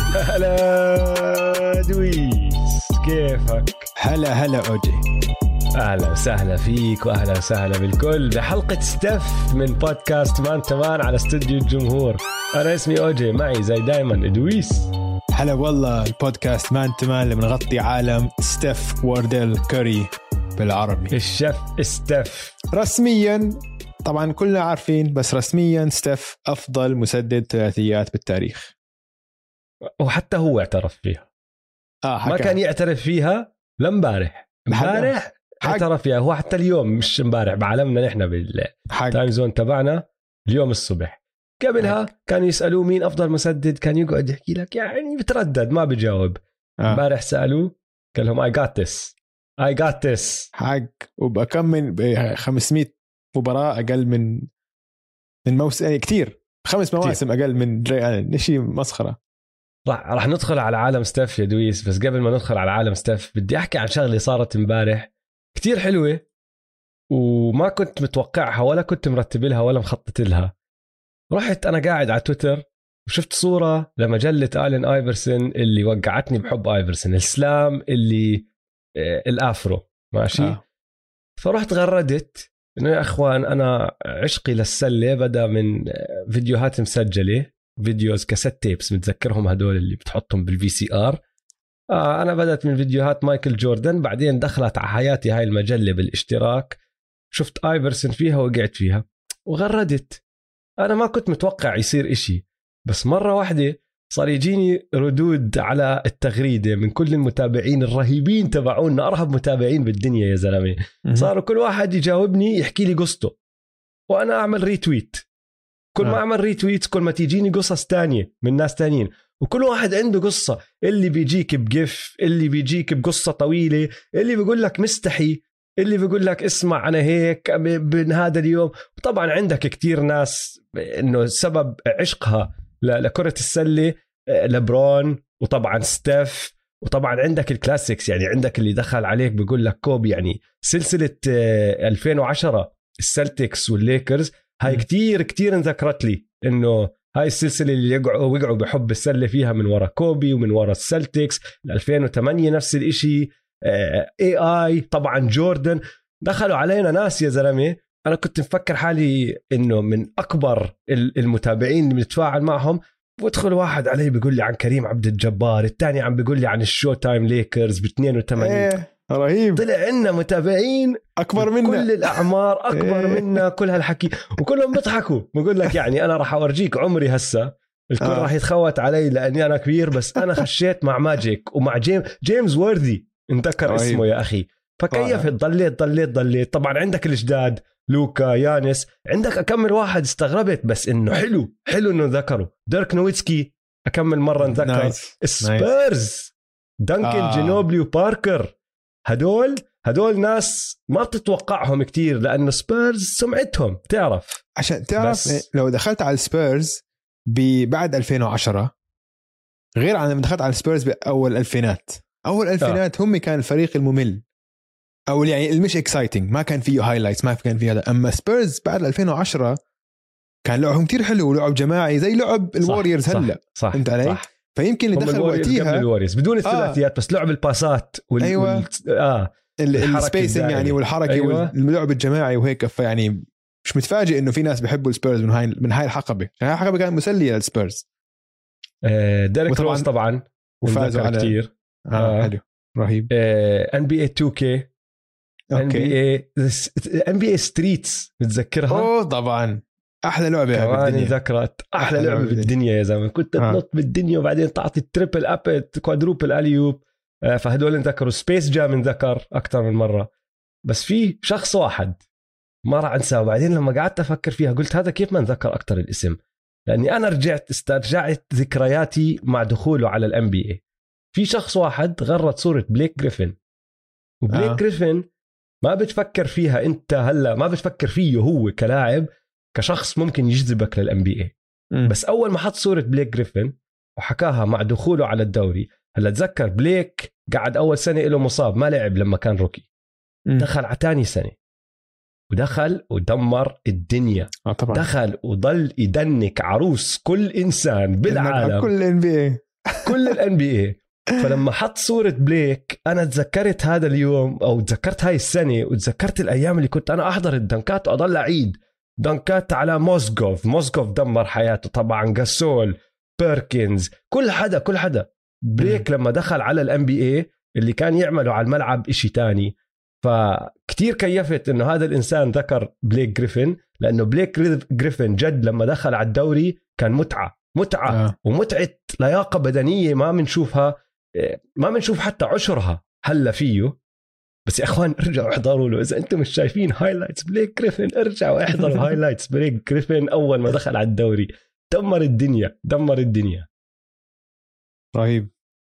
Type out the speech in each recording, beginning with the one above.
هلا دويس، كيفك؟ هلا أوجي. أهلا وسهلا فيك وأهلا وسهلا بالكل بحلقة ستيف من بودكاست مان تمان على استوديو الجمهور. أنا اسمي أوجي، معي زي دايما دويس. هلا والله، البودكاست مان تمان اللي بنغطي عالم ستيف وارديل كوري بالعربي. الشيف ستيف رسميا طبعا كلنا عارفين، بس رسميا ستيف أفضل مسدد ثلاثيات بالتاريخ، وحتى هو اعترف فيها. ما كان يعترف فيها لمبارح، امبارح اعترف فيها هو، حتى اليوم مش امبارح بعالمنا نحن بالتايم زون تبعنا اليوم الصبح. قبلها كانوا يسألوه مين أفضل مسدد، كان يقعد يحكي لك يعني بتردد ما بيجاوب. امبارح سألوه قال لهم I got this حق، وبكم من 500 مباراة أقل من موسم، يعني كتير 5 مواسم أقل من ري ألين، شيء مسخرة. راح ندخل على عالم ستيف يا دويس، بس قبل ما ندخل على عالم ستيف بدي أحكي عن شغلة صارت امبارح كتير حلوة وما كنت متوقعها ولا كنت مرتب لها ولا مخطط لها. رحت أنا قاعد على تويتر وشفت صورة لمجلة آلين آيفرسون اللي وقعتني بحب آيفرسون، السلام اللي الأفرو ماشي. فرحت غردت إنه يا أخوان أنا عشقي للسلة بدأ من فيديوهات مسجلة، فيديوز كاسيت تيبس، متذكرهم هدول اللي بتحطهم بالفي سي آر. أنا بدأت من فيديوهات مايكل جوردن، بعدين دخلت على حياتي هاي المجلة بالاشتراك، شفت آيفرسون فيها وقعت فيها وغردت. أنا ما كنت متوقع يصير إشي، بس مرة واحدة صار يجيني ردود على التغريدة من كل المتابعين الرهيبين تبعونا، أرهب متابعين بالدنيا يا زلمة. صاروا كل واحد يجاوبني يحكي لي قصته وأنا أعمل ريتويت. كل ما أعمل ريتويت كل ما تيجيني قصص تانية من ناس تانيين، وكل واحد عنده قصة، اللي بيجيك بجف، اللي بيجيك بقصة طويلة، اللي بيقول لك مستحي، اللي بيقول لك اسمع أنا هيك من هذا اليوم. وطبعا عندك كتير ناس إنه سبب عشقها لكرة السلة لبرون، وطبعا ستيف، وطبعا عندك الكلاسيكس، يعني عندك اللي دخل عليك بيقول لك كوبي. يعني سلسلة 2010 السلتكس والليكرز هاي كتير انذكرت لي إنه هاي السلسلة اللي وقعوا بحب السلة فيها من وراء كوبي ومن وراء السلتكس. 2008 نفس الاشي، AI طبعا جوردن، دخلوا علينا ناس يا زلمة. أنا كنت مفكر حالي إنه من أكبر المتابعين اللي بنتفاعل معهم، وادخل واحد علي بيقول لي عن كريم عبد الجبار، الثاني عم بيقول لي عن الشو تايم ليكرز ب82. رهيب، طلع عنا متابعين أكبر منا، كل الأعمار أكبر منا، كل هالحكي، وكلهم بيضحكوا. بقول لك يعني أنا راح أورجيك عمري هسا، الكل راح يتخوت علي لأني أنا كبير، بس أنا خشيت مع ماجيك ومع جيمس ووردي، انذكر اسمه يا أخي. فكيف ضليت طبعا عندك الجداد لوكا يانس، عندك أكمل واحد استغربت، بس إنه حلو إنه ذكره ديرك نويتسكي، أكمل مرة نذكر سبيرز، دانكن جينوبلي وباركر. هدول ناس ما بتتوقعهم كتير، لأنه سبيرز سمعتهم تعرف. عشان تعرف لو دخلت على السبيرز بعد 2010 غير عن لما دخلت على السبيرز بأول الألفينات. أول الألفينات هم كان الفريق الممل، أو يعني المش اكسايتنج، ما كان فيه هايلايتس، ما كان فيه هذا. أما سبيرز بعد 2010 كان لعبهم كتير حلو، ولعب جماعي زي لعب الواريورز هلا. صح فهمت علي؟ صح. فيمكن اللي دخل وقتها الواريورز بدون الثلاثيات، بس لعب الباسات أيوة. السبيسنج يعني والحركة. أيوة. واللعب الجماعي وهيك. فيعني مش متفاجئ إنه في ناس بيحبوا السبيرز من هاي الحقبة. هاي الحقبة كانت مسلية للسبيرز. ديريك روز طبعا وفازوا على كتير. حلو رهيب. NBA 2K، NBA ستريتس بتذكرها؟ طبعا أحلى لعبة بالدنيا. ذكرت أحلى لعبة بالدنيا يا زلمة. كنت تنط بالدنيا وبعدين تعطي التريبل أب كوادروبل أليوب. فهدول نذكروا. سبيس جام نذكر أكتر من مرة، بس في شخص واحد ما راح أنساه. وبعدين لما قعدت أفكر فيها قلت هذا كيف ما نذكر أكتر الاسم، لأني أنا استرجعت ذكرياتي مع دخوله على NBA. في شخص واحد غرت صورة بليك جريفن، وبليك جريفن ما بتفكر فيها أنت هلأ، ما بتفكر فيه هو كلاعب، كشخص ممكن يجذبك للNBA. بس أول ما حط صورة بليك جريفن وحكاها مع دخوله على الدوري، هلا تذكر بليك قعد أول سنة له مصاب، ما لعب لما كان روكي. دخل على تاني سنة ودخل ودمر الدنيا. طبعا. دخل وضل يدنك عروس كل إنسان بالعالم، كل NBA كل الان بي اي. فلما حط صورة بليك أنا تذكرت هذا اليوم أو تذكرت هاي السنة وتذكرت الأيام اللي كنت أنا أحضر الدنكات وأضل أعيد دنكات على موسكوف دمر حياته طبعا، جاسول، بيركنز، كل حدا بليك لما دخل على الان بي اي اللي كان يعمله على الملعب إشي تاني. فكتير كيفت إنه هذا الإنسان ذكر بليك جريفن، لأنه بليك جريفن جد لما دخل على الدوري كان متعة ومتعة لياقة بدنية ما بنشوف حتى عشرها هلا فيه. بس يا اخوان ارجعوا احضروا له، اذا انتم مش شايفين هايلايتس بليك جريفن ارجعوا احضروا هايلايتس بليك جريفن اول ما دخل على الدوري. دمر الدنيا. رهيب.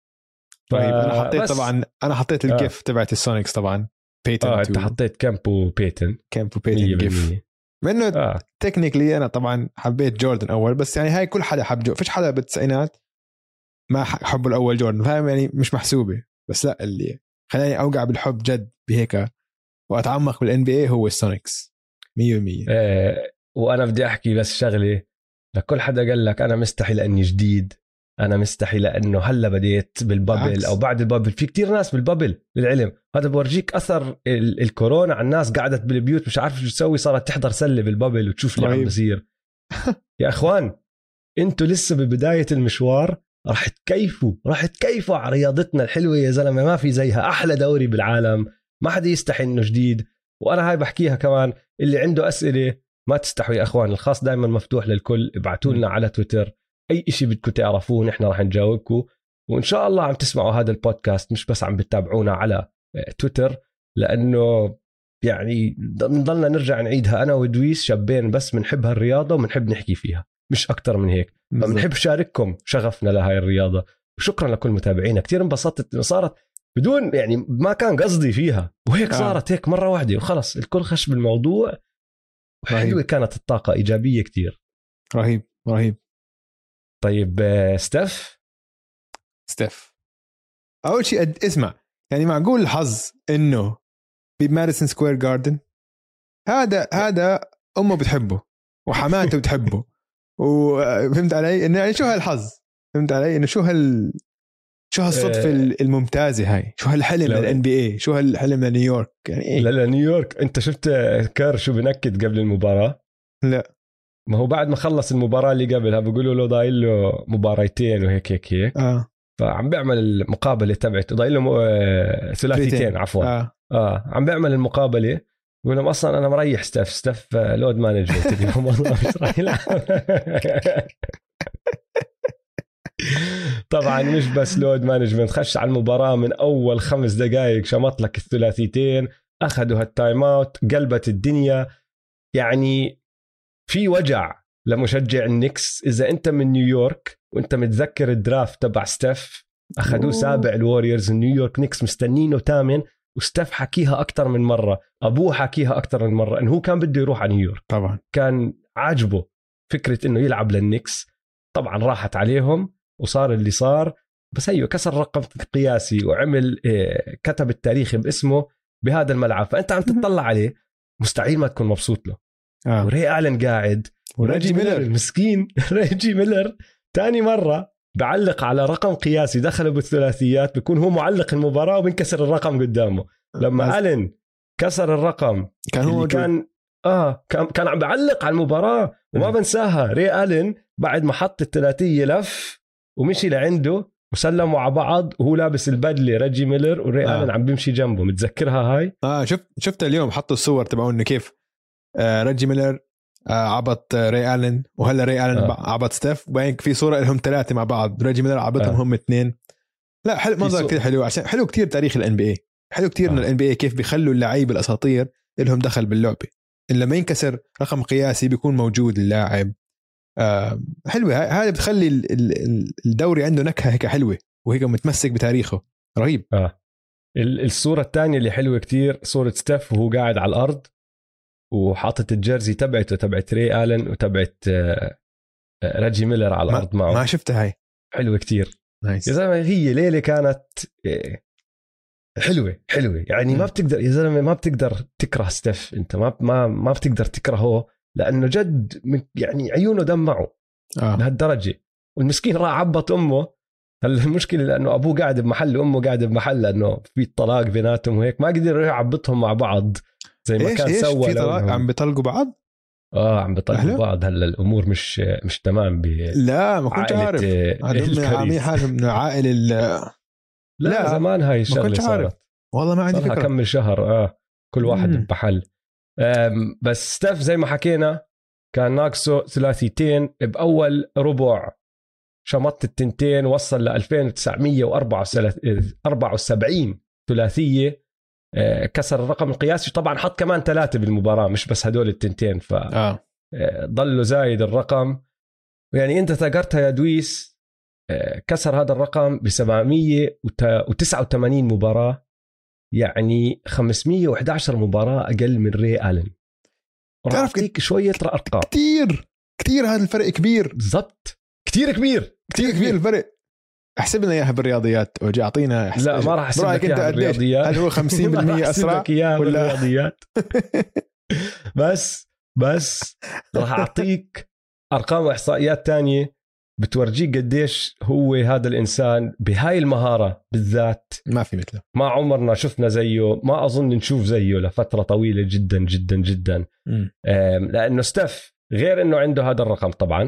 انا حطيت الجيف تبعت السونيكس طبعا، بيتن. انت حطيت كامبو بيتن جيف منه. تكنيكلي انا طبعا حبيت جوردن اول، بس يعني هاي كل حدا حب فيش حدا بالتسعينات ما حبوا الاول جوردن، فاهم يعني مش محسوبه. بس لا، اللي خلاني اوقع بالحب جد بهيك واتعمق بالان بي اي هو السونيكس 100%. وانا بدي احكي بس شغله لكل حدا قال لك انا مستحي لاني جديد، انا مستحي لانه هلا بديت بالبابل او بعد البابل. في كتير ناس بالبابل للعلم، هذا بورجيك اثر الكورونا على الناس قعدت بالبيوت مش عارف شو تسوي، صارت تحضر سله بالبابل وتشوف اللي عم بصير. يا اخوان انتوا لسه ببدايه المشوار، راح تكيفوا على رياضتنا الحلوه يا زلمه، ما في زيها، احلى دوري بالعالم، ما حدا يستحي انه جديد. وانا هاي بحكيها كمان، اللي عنده اسئله ما تستحوا يا اخوان، الخاص دائما مفتوح للكل، ابعتوا لنا على تويتر اي شيء بدكم تعرفوه نحن راح نجاوبكم. وان شاء الله عم تسمعوا هذا البودكاست مش بس عم بتتابعونا على تويتر، لانه يعني نضلنا نرجع نعيدها انا ودويس شابين بس بنحب هالرياضه وبنحب نحكي فيها مش اكتر من هيك، فبنحب شارككم شغفنا لهاي الرياضه. وشكرا لكل متابعينا، كتير انبسطت انه صارت بدون يعني ما كان قصدي فيها وهيك صارت هيك مره واحده وخلص الكل خش بالموضوع. حلوه كانت الطاقه ايجابيه كتير. رهيب. طيب ستيف اول شيء اسمع، يعني معقول الحظ انه بماديسون سكوير جاردن هذا امه بتحبه وحماته بتحبه وفهمت علي انه يعني شو هالحظ، فهمت علي انه شو هالصدفه الممتازه هاي، شو هالحلم للان بي اي، شو هالحلم لنيويورك يعني ايه. لا نيويورك. انت شفت كار شو بنكد قبل المباراه؟ لا ما هو بعد ما خلص المباراه اللي قبلها بيقولوا له ضايل له مباراتين وهيك فعم بيعمل المقابله تبعته، ضايل له ثلاثيتين عفوا عم بيعمل المقابله، بقول لهم اصلا انا مريح ستيف لود مانجمنت اليوم والله مش راح يلعب. طبعا مش بس لود مانجمنت، خش على المباراه من اول 5 دقائق شمط لك الثلاثيتين، اخذوا هالتايم اوت، قلبت الدنيا. يعني في وجع لمشجع النكس اذا انت من نيويورك وانت متذكر الدرافت تبع ستيف، اخذوه سابع الواريورز، نيويورك نيكس مستنينه 8، وستيف حكيها اكثر من مره، ابوه حكيها اكثر من مره انه هو كان بده يروح على نيويورك، طبعا كان عاجبه فكره انه يلعب للنكس. طبعا راحت عليهم وصار اللي صار، بس هيو كسر رقم قياسي وعمل كتب التاريخ باسمه بهذا الملعب. فانت عم تطلع عليه مستحيل ما تكون مبسوط له. وري آلن قاعد وريجي ميلر المسكين ريجي ميلر تاني مرة بعلق على رقم قياسي، دخل بالثلاثيات، بيكون هو معلق المباراة وبنكسر الرقم قدامه. لما آلن كسر الرقم كان هو كان عم بعلق على المباراة. وما بنساها ري آلن بعد ما حط الثلاثية لف ومشي لعنده وسلموا على بعض وهو لابس البدلة ريجي ميلر وري آلن عم بيمشي جنبه. متذكرها هاي؟ شفت اليوم حطوا الصور تبعونه كيف ريجي ميلر عبط ري آلن، وهلا ري آلن عبط ستيف، وبعدين في صورة لهم 3 مع بعض، ريجي ميلر عبطهم هم 2. لا حلو، منظر كتير حلو، عشان حلو كتير تاريخ الان بي اي، حلو كتير ان الان بي اي كيف بيخلوا اللعيبه الاساطير لهم دخل باللعبه، إن لما ينكسر رقم قياسي بيكون موجود اللاعب. حلوه هذا بتخلي الدوري عنده نكهه هيك حلوه وهيك متمسك بتاريخه. رهيب. الصوره الثانيه اللي حلوه كتير صوره ستيف وهو قاعد على الارض وحاطط الجيرزي تبعته تبعت ري آلن وتبعت ريجي ميلر على الارض معه. ما شفتها هاي، حلوه كتير. نايس. يا زلمه هي ليله كانت حلوه يعني ما بتقدر يا زلمه ما بتقدر تكره ستيف، انت ما بتقدر تكرهه لانه جد يعني عيونه دمعوا لهالدرجه. والمسكين راح عبط امه هلا المشكله لانه ابوه قاعد بمحل وامه قاعده بمحل، لانه في طلاق بيناتهم وهيك ما قدر يعبطهم مع بعض زي ما كان سوى. في طلاق عم بيطلقوا بعض؟ عم بيطلقوا بعض. هلا الامور مش تمام. لا ما كنت عارف. عاملين حالهم من عائله لا زمان هاي الشغله صارت. والله ما عندي فكره. كمل شهر كل واحد بمحل. بس ستيف زي ما حكينا كان ناقصه ثلاثيتين باول ربع، شمط التنتين وصل ل 2974 ثلاثيه، كسر الرقم القياسي. طبعا حط كمان 3 بالمباراه مش بس هدول التنتين، ف ضله زايد الرقم. يعني انت ذكرتها يا دويس، كسر هذا الرقم ب 789 مباراه، يعني 511 مباراه اقل من ري آلن. تعرف شويه ارقام كتير هذا الفرق كبير. بالضبط كتير كبير الفرق. احسب لنا اياها بالرياضيات وجي اعطينا. لا ما راح احسب لك اياها بالرياضيات. هل هو 50% اسرع ولا بالرياضيات؟ بس راح اعطيك ارقام واحصائيات تانية بتورجيك قديش هو هذا الانسان بهاي المهاره بالذات. ما في مثله، ما عمرنا شفنا زيه، ما اظن نشوف زيه لفتره طويله جدا جدا جدا. لانه ستيف غير انه عنده هذا الرقم طبعا،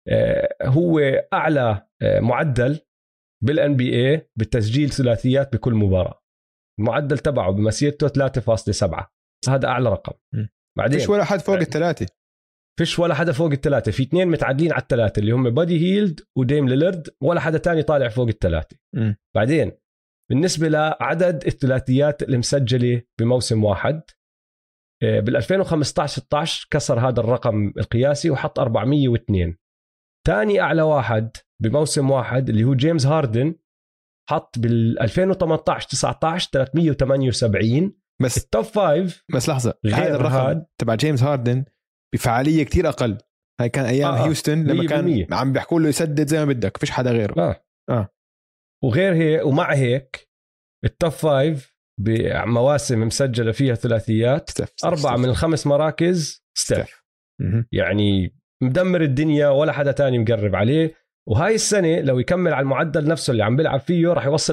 هو اعلى معدل بالان بي اي بالتسجيل ثلاثيات بكل مباراه. المعدل تبعه بمسيرته 3.7، هذا اعلى رقم. بعدين فيش ولا حد فوق الثلاثه. فيش ولا حدا فوق الثلاثه. في 2 متعادلين على الثلاثه اللي هم بادي هيلد وديم ليلرد، ولا حدا تاني طالع فوق الثلاثه. بعدين بالنسبه لعدد الثلاثيات المسجله بموسم واحد، بال 2015-16 كسر هذا الرقم القياسي وحط 402. تاني أعلى واحد بموسم واحد اللي هو جيمس هاردن، حط بال 2018-19 378. بس التوب 5 بس لحظة، هذا الرقم تبع جيمس هاردن بفعالية كتير أقل. هاي كان أيام هيوستن لما كان عم بيحكوا له يسدد زي ما بدك، فيش حدا غيره. وغير هيك ومع هيك التوب 5 بمواسم مسجلة فيها ثلاثيات 4 من ال5 مراكز ستيف. يعني مدمر الدنيا، ولا حدا تاني مقرب عليه. وهاي السنة لو يكمل على المعدل نفسه اللي عم بيلعب فيه راح يوصل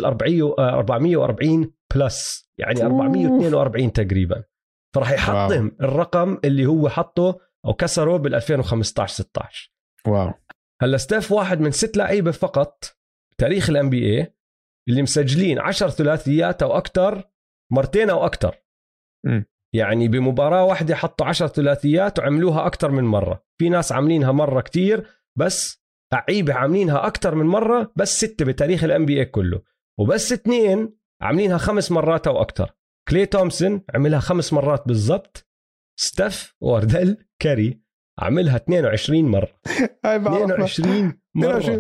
440 بلس، يعني 442 تقريبا. فراح يحطم الرقم اللي هو حطه أو كسره بال 2015-16. واو. هلا ستيف واحد من 6 لعيبة فقط تاريخ الان بي اي اللي مسجلين 10 ثلاثيات أو أكتر مرتين أو أكتر. يعني بمباراة واحدة حطوا 10 ثلاثيات وعملوها أكتر من مرة. في ناس عاملينها مرة كتير، بس لعيبة عاملينها أكتر من مرة بس 6 بتاريخ الان بي اي كله، وبس 2 عاملينها 5 مرات أو أكتر. كلي تومسون عملها 5 مرات بالضبط. ستيف واردل كاري عملها 22 مرة. 22 مرة.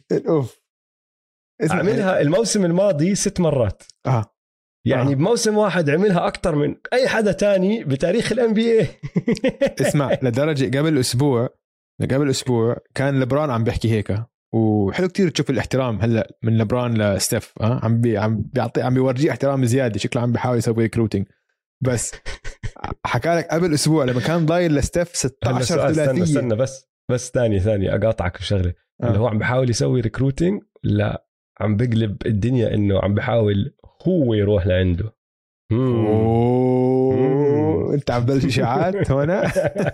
عملها الموسم الماضي 6 مرات. يعني بموسم واحد عملها أكتر من أي حدا تاني بتاريخ الان بي اي. اسمع، لدرجة قبل أسبوع كان لبران عم بيحكي هيك، وحلو كتير تشوف الاحترام هلا من لبران لستيف. عم بيورجيه احترام زيادة، شكله عم بيحاول يسوي ريكروتينج. بس حكى لك قبل أسبوع لما كان ضايل لستيف 16 ثلاثية. استنى بس ثانية أقاطعك بشغلة. اللي هو عم بيحاول يسوي ريكروتينج، لا عم بقلب الدنيا إنه عم بيحاول هو يروح لعنده. انت عم بلش اشاعات هنا.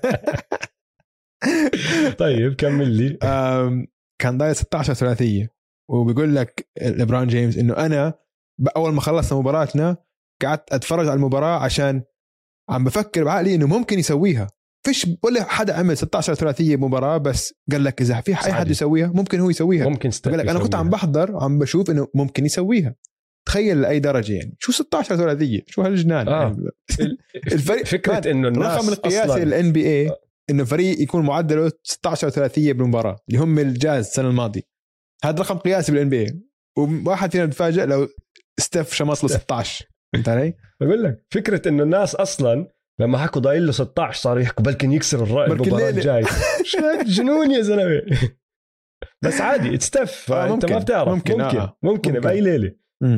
طيب كمل لي. كان ضايل 16 ثلاثيه، وبيقول لك ليبرون جيمس انه انا اول ما خلصنا مباراتنا قعدت اتفرج على المباراه عشان عم بفكر بعقلي انه ممكن يسويها. فيش ولا حدا عمل 16 ثلاثيه بمباراه، بس قال لك اذا في اي حد يسويها ممكن هو يسويها. ممكن قال لك انا كنت عم بحضر وعم بشوف انه ممكن يسويها. تخيل لاي درجه، يعني شو 16 ثلاثيه، شو هالجنان. يعني الفريق فكره انه الناس الرقم القياسي للان بي اي انه فريق يكون معدله 16 ثلاثيه بالمباراه اللي هم الجاز السنه الماضيه. هذا رقم قياسي بالان بي اي، وواحد فينا بتفاجئ لو ستيف شمط له 16. انت علي؟ بقول لك فكره انه الناس اصلا لما حكوا ضايل له 16 صار يحكوا بلكن يكسر المباراه الجاي. شو جنون يا زلمه. بس عادي ستيف. انت ما بتعرف، ممكن باي ليله.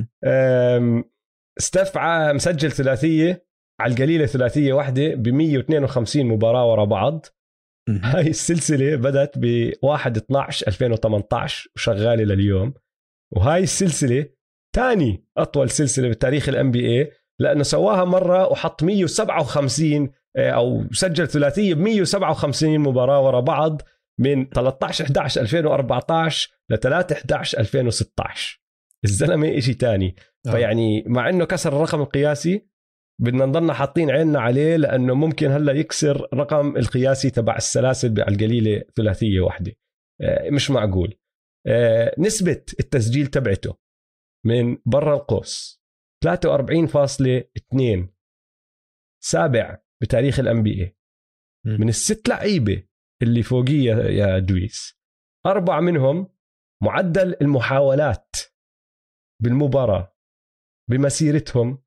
ستيف مسجل ثلاثيه على القليله، ثلاثيه واحده ب 152 مباراه ورا بعض. هاي السلسله بدت ب 1/12/2018 وشغاله لليوم. وهاي السلسلة تاني أطول سلسلة بتاريخ NBA، لأنه سواها مرة وحط 157 أو سجل ثلاثية ب157 مباراة ورا بعض من 13-11-2014 ل 3-11-2016. الزلمة إشي تاني. فيعني مع أنه كسر الرقم القياسي بدنا نضلنا حاطين عيننا عليه، لأنه ممكن هلأ يكسر رقم القياسي تبع السلاسل على القليلة ثلاثية واحدة. مش معقول. نسبة التسجيل تبعته من برا القوس 43.2، سابع بتاريخ الNBA. من الست لعيبة اللي فوقيه يا دويس 4 منهم معدل المحاولات بالمباراة بمسيرتهم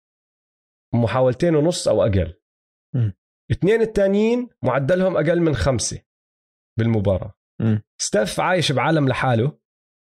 2.5 أو أقل. 2 التانيين معدلهم أقل من 5 بالمباراة. ستيف عايش بعالم لحاله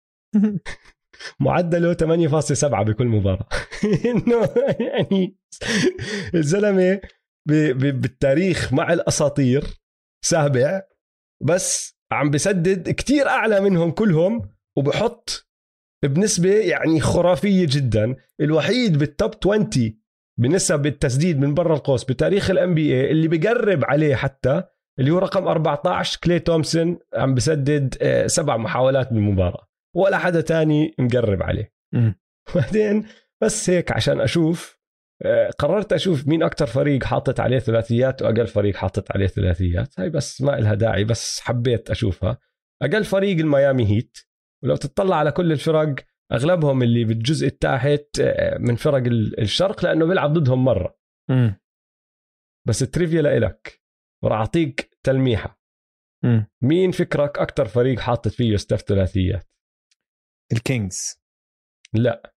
معدله 8.7 بكل مباراة. إنه يعني الزلمة بالتاريخ مع الأساطير سابع، بس عم بسدد كتير أعلى منهم كلهم وبحط بنسبة يعني خرافية جدا. الوحيد بالتوب 20 بنسب التسديد من برا القوس بتاريخ الNBA اللي بيقرب عليه حتى، اللي هو رقم 14 كلي تومسون، عم بسدد 7 محاولات بالمباراة، ولا حدا تاني مقرب عليه. بعدين بس هيك عشان أشوف، قررت أشوف مين أكتر فريق حاطت عليه ثلاثيات وأقل فريق حاطت عليه ثلاثيات. هاي بس ما إلها داعي، بس حبيت أشوفها. أقل فريق الميامي هيت، ولو تطلع على كل الفرق أغلبهم اللي بالجزء التحت من فرق الشرق، لأنه بيلعب ضدهم مرة. بس التريفيا لإلك وراح أعطيك تلميحة. مين فكرك أكتر فريق حاطت فيه ستيف ثلاثيات؟ الكينجز. لا،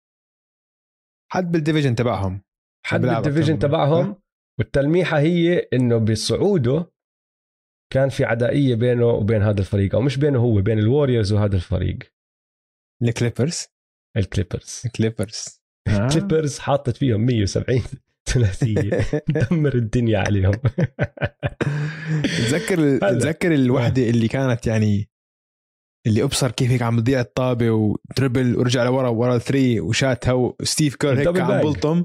حد بالديفيجن تبعهم، حد بالديفيجن تبعهم. والتلميحة هي إنه بصعوده كان في عدائية بينه وبين هذا الفريق، أو مش بينه هو، بين الواريورز وهذا الفريق. الكليبرز الكليبرز حاطت فيهم 170 ثلاثية دمر الدنيا عليهم. تذكر الوحدة اللي كانت يعني اللي أبصر كيف هيك عم تضيع الطابة وتربل ورجع لورا 3 وشاتها، وستيف كير هيك كان بلطم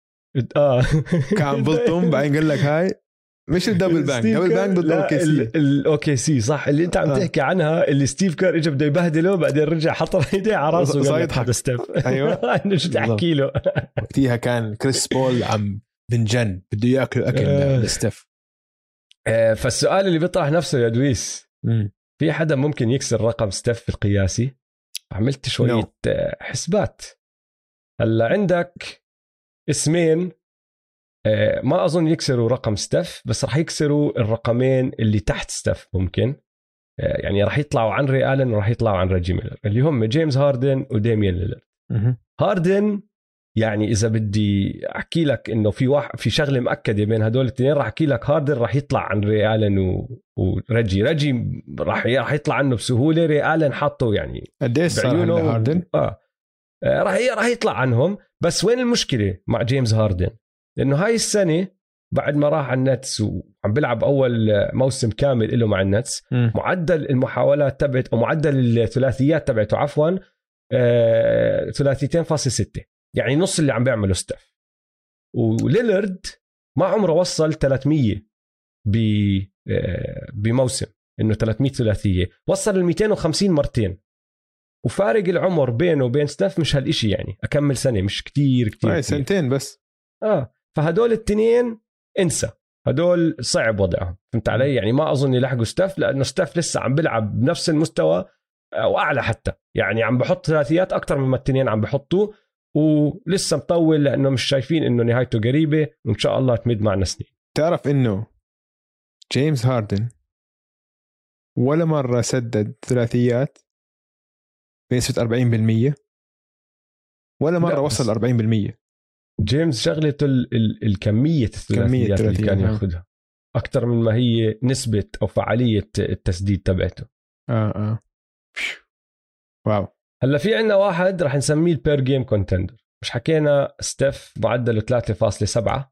كان بلطم بعدين قال لك هاي مش الدبل بانج ضد الأوكي سي صح، اللي انت عم تحكي عنها، اللي ستيف كير اجى بده يبهدله بعدين رجع حط ايديه على راسه وقال هذا ستيف. ايوه انا شو تحكي له. وقتها كان كريس بول عم بنجن بده ياكل اكل لستيف. فالسؤال اللي بيطرح نفسه يا دويس، في حدا ممكن يكسر رقم ستيف في القياسي؟ عملت شوية حسبات. هلا عندك اسمين ما أظن يكسروا رقم ستيف، بس رح يكسروا الرقمين اللي تحت ستيف ممكن. يعني رح يطلعوا عن ري آلن ورح يطلعوا عن ريجي ميلر، اللي هم جيمس هاردن وديميان ليلر. هاردن يعني إذا بدي أحكي لك إنه في شغلة مأكدة بين هدول الاثنين، رح أحكي لك هاردن رح يطلع عن ري آلن وريجي رح يطلع عنه بسهولة. ري آلن حاطه يعني قديش صار هاردن؟ رح يطلع عنهم. بس وين المشكلة مع جيمس هاردن؟ لأنه هاي السنة بعد ما راح على النتس وعم بلعب أول موسم كامل له مع النتس، معدل المحاولات تبعت أو معدل الثلاثيات تبعته عفوا 3.6، يعني نص اللي عم بيعمله ستيف. وليلرد ما عمره وصل 300 بموسم، إنه 300 ثلاثية، وصل ال 250 مرتين. وفارق العمر بينه وبين ستيف مش هالإشي، يعني أكمل سنة مش كتير سنتين بس. فهدول التنين انسى، هدول صعب وضعهم، فهمت علي؟ يعني ما أظن يلحقوا ستيف، لأنه ستيف لسه عم بلعب بنفس المستوى أو أعلى حتى، يعني عم بحط ثلاثيات أكتر مما التنين عم بحطوا، ولسه مطول لأنه مش شايفين إنه نهايته قريبة، وإن شاء الله تمد معنا سنين. تعرف إنه جيمس هاردن ولا مرة سدد ثلاثيات بنسبة 40%، ولا مرة وصل 40%. جيمس شغلته الكمية الثلاثيات اللي كان ياخدها أكتر من ما هي نسبة أو فعالية التسديد تبعته. واو. هلا في عنا واحد رح نسميه البير جيم كونتندر. مش حكينا ستيف معدله 3.7،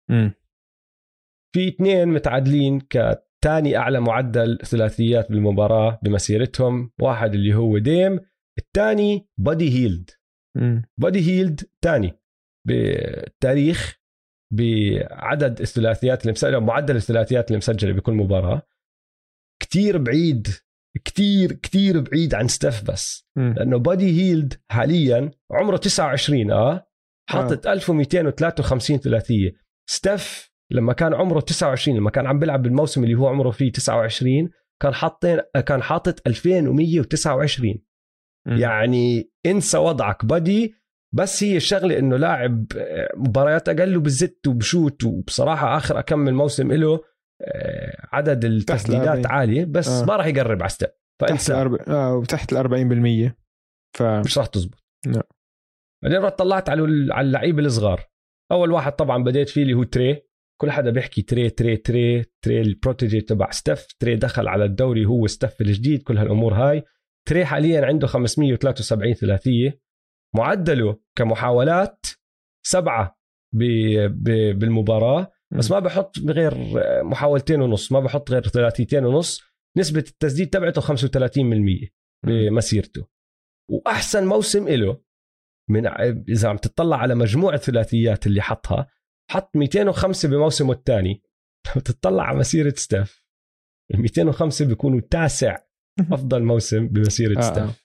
في 2 متعادلين كتاني أعلى معدل ثلاثيات بالمباراة بمسيرتهم. واحد اللي هو ديم، الثاني بودي هيلد. بودي هيلد ثاني بالتاريخ بعدد الثلاثيات اللي مسجله، معدل الثلاثيات اللي مسجله بكل مباراه. كتير بعيد، كتير بعيد عن ستيف بس لانه بودي هيلد حاليا عمره 29 حاطط 1253 ثلاثيه. ستيف لما كان عمره 29، لما كان عم بيلعب بالموسم اللي هو عمره فيه 29، كان حاطط 2129. يعني انسى وضعك بودي. بس هي الشغله انه لاعب مباريات اقل وبالزت وبشوت، وبصراحه اخر اكمل موسم له عدد التسديدات عاليه، بس ما راح يقرب على ستيف. فانسى تحت 40% مش راح تزبط. لا. بعدين رحت طلعت على اللعيبه الصغار. اول واحد طبعا بديت فيه اللي هو تري. كل حدا بيحكي تري البروتيجي تبع ستيف. تري دخل على الدوري هو ستيف الجديد، كل هالامور هاي. تري حاليا عنده 573 ثلاثيه، معدله كمحاولات 7 بالمباراه، بس ما بحط غير محاولتين ونص، ما بحط غير ثلاثيتين ونص. نسبه التسديد تبعته 35% بمسيرته. واحسن موسم له من اذا عم تطلع على مجموع الثلاثيات اللي حطها، حط 205 بموسمه الثاني. لو تطلع على مسيره ستيف، ال 205 بيكونوا تاسع افضل موسم بمسيره ستيف.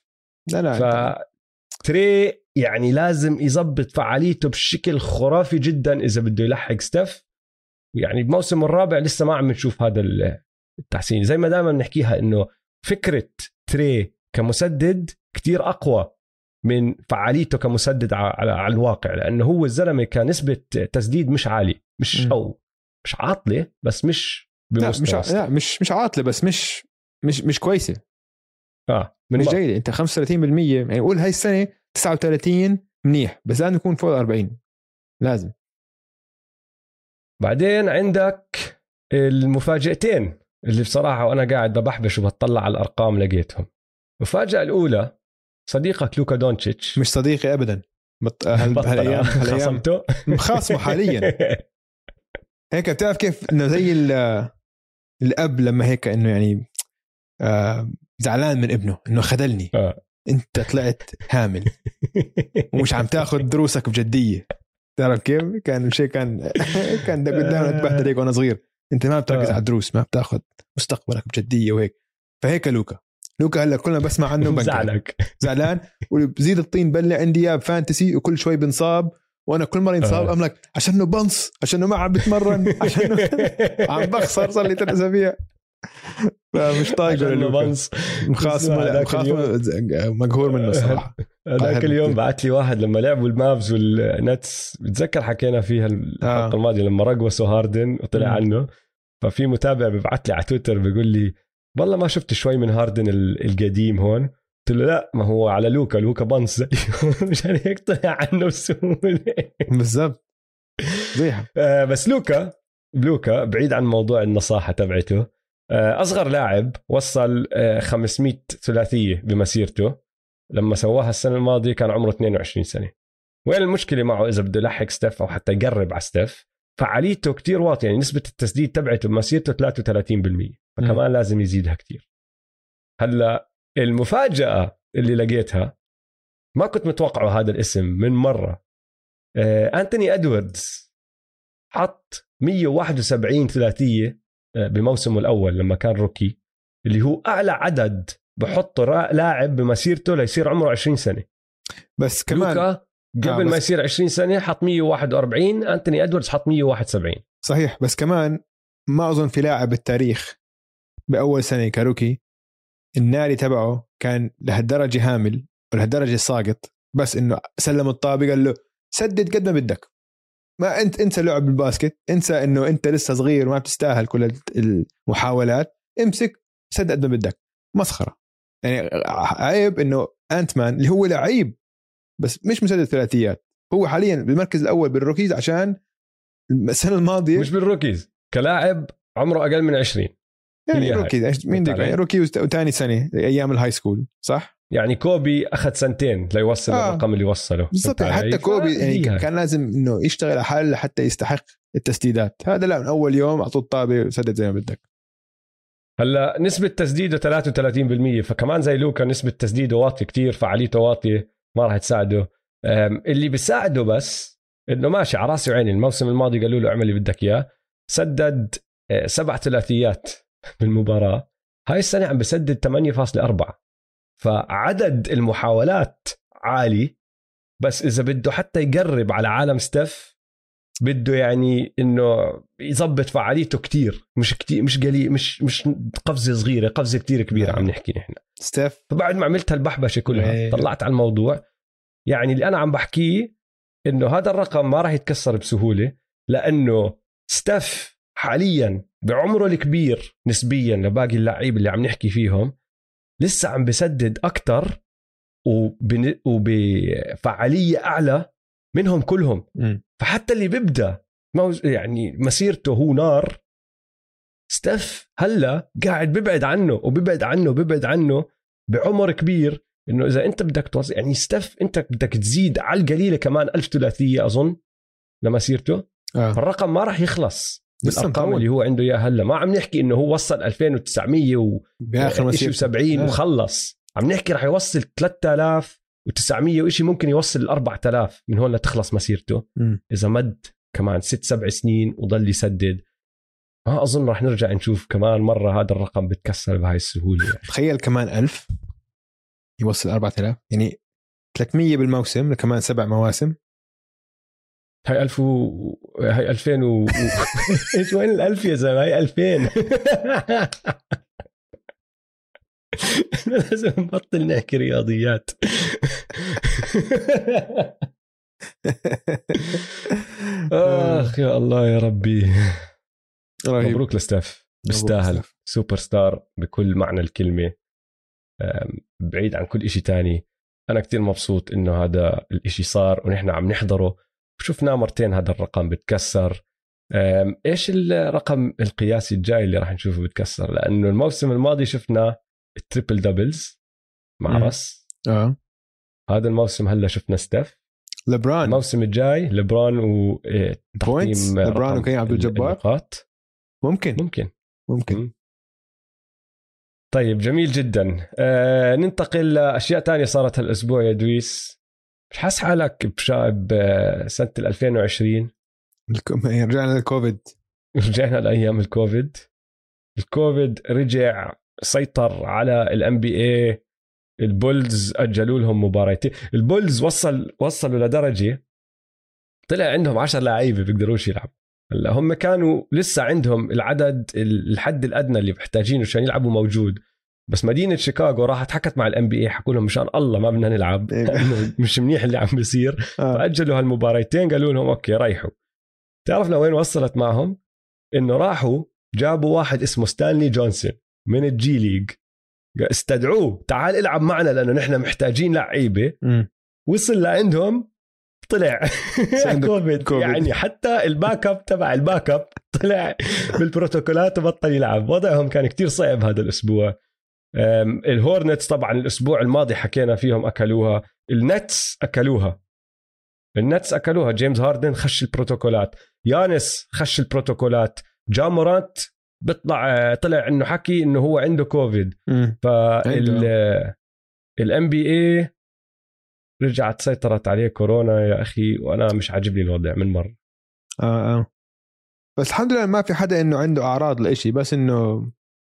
فتري يعني لازم يضبط فعاليته بشكل خرافي جدا اذا بده يلحق ستيف. يعني بموسم الرابع لسه ما عم نشوف هذا التحسين. زي ما دائما بنحكيها انه فكره تري كمسدد كتير اقوى من فعاليته كمسدد على الواقع، لانه هو الزلمه كان نسبه تسديد مش عالي، مش عاطله، بس مش بمستوى. مش عاطله، بس مش كويسه. مش جيده. انت 35%، يعني قول هاي السنه 39 منيح، بس لازم يكون فوق 40 لازم. بعدين عندك المفاجئتين اللي بصراحه وانا قاعد ببحبش وبطلع على الارقام لقيتهم. المفاجاه الاولى صديقك لوكا دونتشيتش. مش صديقي ابدا. هالايام خاصمه حاليا. هيك بتعرف كيف انه زي الاب لما هيك انه يعني زعلان من ابنه انه خذلني. انت طلعت هامل ومش عم تاخذ دروسك بجديه. تعرف كيف كان الشيء كان ده قدامنا اتبهدل هيك وانا صغير. انت ما بتركز على الدروس، ما بتاخذ مستقبلك بجديه وهيك. فهيك لوكا هلا كلنا بسمع عنه زعلان وبزيد الطين بلع عندي يا فانتسي، وكل شوي بنصاب، وانا كل مره ينصاب املك عشانه بنص، عشانه ما عم بتمرن، عشانه عم بخسر صار لي 3 أسابيع. فمش طايقه بنص مخاصمه مقهور منه صراحه. هذاك اليوم بعت لي واحد لما لعبوا المافز والنتس، بتذكر حكينا فيها الحلقه الماضيه لما رقصوا هاردن وطلع عنه. ففي متابع ببعت لي على تويتر بيقول لي والله ما شفت شوي من هاردن القديم هون. قلت له لا، ما هو على لوكا بنص مشان هيك طلع عنه بسهوله. بالضبط زيها. بس لوكا بعيد عن موضوع النصاحه تبعته، اصغر لاعب وصل 500 ثلاثيه بمسيرته. لما سواها السنه الماضيه كان عمره 22 سنه. وين المشكله معه اذا بده يلحق ستيف او حتى يقرب على ستيف؟ فعاليته كتير واطيه، يعني نسبه التسديد تبعته بمسيرته 33%، فكمان لازم يزيدها كتير. هلا المفاجاه اللي لقيتها، ما كنت متوقعه هذا الاسم من مره. أنتوني أدواردز حط 171 ثلاثيه بموسمه الأول لما كان روكي، اللي هو أعلى عدد بحطه لاعب بمسيرته ليصير عمره 20 سنة. بس كمان لوكا قبل ما يصير 20 سنة حط 141، أنتوني أدواردز حط 171. صحيح، بس كمان ما أظن في لاعب بالتاريخ بأول سنة كروكي الناري تبعه كان لهالدرجة هامل ولهالدرجة ساقط، بس إنه سلم الطابة قال له سدد قد ما بدك، ما أنت انسى لعب الباسكت، انسى إنه أنت لسه صغير وما بتستاهل كل المحاولات، امسك سدد قد ما بدك. مسخرة يعني. عيب إنه أنت مان اللي هو لعيب بس مش مسدد ثلاثيات، هو حاليا بالمركز الأول بالروكيز عشان السنة الماضية. مش بالروكيز كلاعب عمره أقل من 20 يعني روكي مين ديك يعني روكي وتاني سنة أيام الهاي سكول صح؟ يعني كوبي أخذ 2 ليوصل الرقم اللي وصله بالضبط. حتى كوبي يعني كان لازم إنه يشتغل على حاله حتى يستحق التسديدات. هذا لا، من أول يوم أعطوه الطابة وسدد زي ما بدك. هلا نسبة تسديده 33%، فكمان زي لوكا نسبة تسديده واطية كتير، فعاليته واطية، ما راح تساعده. اللي بيساعده بس انه ماشي على راسي وعيني. الموسم الماضي قالوا له اعمل اللي بدك اياه، سدد 7 ثلاثيات بالمباراة. هاي السنة عم بسدد 8.4، فعدد المحاولات عالي، بس إذا بده حتى يقرب على عالم ستيف بده يعني إنه يضبط فعاليته كتير، مش كتير، مش قليل، مش قفزة صغيرة، قفزة كتير كبيرة عم نحكي نحن. ستيف فبعد ما عملت هالبحبشة كلها طلعت على الموضوع، يعني اللي أنا عم بحكيه إنه هذا الرقم ما راح يتكسر بسهولة، لأنه ستيف حاليا بعمره الكبير نسبيا لباقي اللاعبين اللي عم نحكي فيهم لسه عم بسدد أكتر وبفعالية أعلى منهم كلهم. فحتى اللي بيبدأ يعني مسيرته هو نار، ستيف هلا قاعد ببعد عنه وببعد عنه وببعد عنه بعمر كبير. إنه إذا أنت بدك توصل يعني ستيف، أنت بدك تزيد على القليلة كمان 1000 ثلاثية أظن لمسيرته. فالرقم ما راح يخلص بالأرقام اللي هو عنده إياه هلا. ما عم نحكي إنه هو وصل 2900 بآخر مسيرته و70 وخلص، عم نحكي راح يوصل 3900 وإشي، ممكن يوصل 4000 من هون لتخلص مسيرته. إذا مد كمان 6-7 سنين وضل يسدد، ما أظن راح نرجع نشوف كمان مرة هذا الرقم بتكسر بهاي السهولة يعني. تخيل كمان 1000 يوصل 4000، يعني 300 بالموسم كمان 7 مواسم. هاي 1000 هاي 2000 ايش وين ال1000 يا زلمه؟ هاي 2000. لازم نبطل نحكي رياضيات. اخ يا الله يا ربي. مبروك لستاف، بيستاهل، سوبر ستار بكل معنى الكلمة، بعيد عن كل إشي تاني. أنا كتير مبسوط إنه هذا الإشي صار ونحن عم نحضره، وشفناه مرتين هذا الرقم بتكسر. إيش الرقم القياسي الجاي اللي راح نشوفه بتكسر؟ لأنه الموسم الماضي شفنا التريبل دبلز مع رس. هذا الموسم هلا شفنا ستيف، لبران. الموسم الجاي لبران وتحطيم لبران وكريم عبد الجبار. ممكن. طيب جميل جدا. ننتقل لأشياء تانية صارت هالأسبوع يا دويس. مش حاس حالك بشاب سنة 2020؟ رجعنا للكوفيد. رجعنا لأيام الكوفيد رجع سيطر على الNBA. البولز أجلوا لهم مباراتين. البولز وصلوا لدرجة طلع عندهم 10 لاعيبة بيقدروش يلعبوا. هلا هم كانوا لسه عندهم العدد الحد الأدنى اللي محتاجينه عشان يلعبوا موجود، بس مدينة شيكاغو راحت حكت مع الNBA، حكوا لهم مشان الله ما بدنا نلعب، مش منيح اللي عم بيصير. فأجلوا هالمباراتين، قالوا لهم أوكي ريحوا. تعرف لوين وصلت معهم؟ إنه راحوا جابوا واحد اسمه ستانلي جونسون من الجي ليج، استدعوه تعال العب معنا لأنه نحن محتاجين لعيبة. وصل لعندهم طلع كوفيد. يعني حتى الباك اب تبع الباك اب طلع بالبروتوكولات وبطل يلعب. وضعهم كان كتير صعب هذا الأسبوع. الهورنتس طبعا الأسبوع الماضي حكينا فيهم أكلوها. النتس أكلوها. جيمس هاردن خش البروتوكولات، يانس خش البروتوكولات، جامورانت طلع انه حكي انه هو عنده كوفيد. الNBA رجعت سيطرت عليه كورونا يا اخي، وانا مش عاجبني الوضع من مره. بس الحمد لله ما في حدا انه عنده اعراض لإشي، بس انه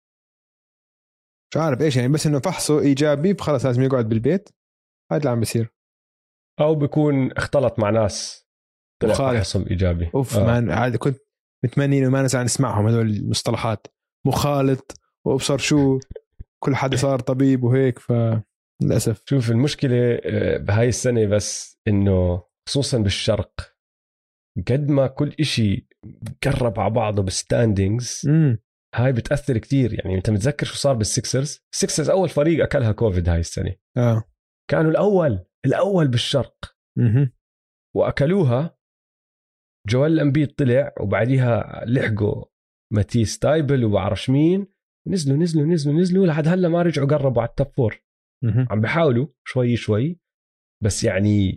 مش عارف ايش يعني، بس انه فحصه ايجابي فخلص لازم يقعد بالبيت. هذا اللي عم بيصير، او بيكون اختلط مع ناس طلع فحصهم ايجابي. عادي كنت متمني انه ما نسمع نسمعهم هذول المصطلحات، مخالط وابصر شو، كل حدا صار طبيب وهيك. فللاسف شوف المشكله بهاي السنه بس انه خصوصا بالشرق قد ما كل إشي قرب على بعضه بالستاندينجز، هاي بتأثر كتير. يعني انت متذكر شو صار بالسيكسرز اول فريق اكلها كوفيد هاي السنه. كانوا الاول بالشرق واكلوها. جوال أمبيد طلع وبعديها لحقوا ماتيس تايبل وبعرفش مين، نزلوا لحد هلا ما رجعوا قربوا على التوب 4. عم بيحاولوا شوي بس. يعني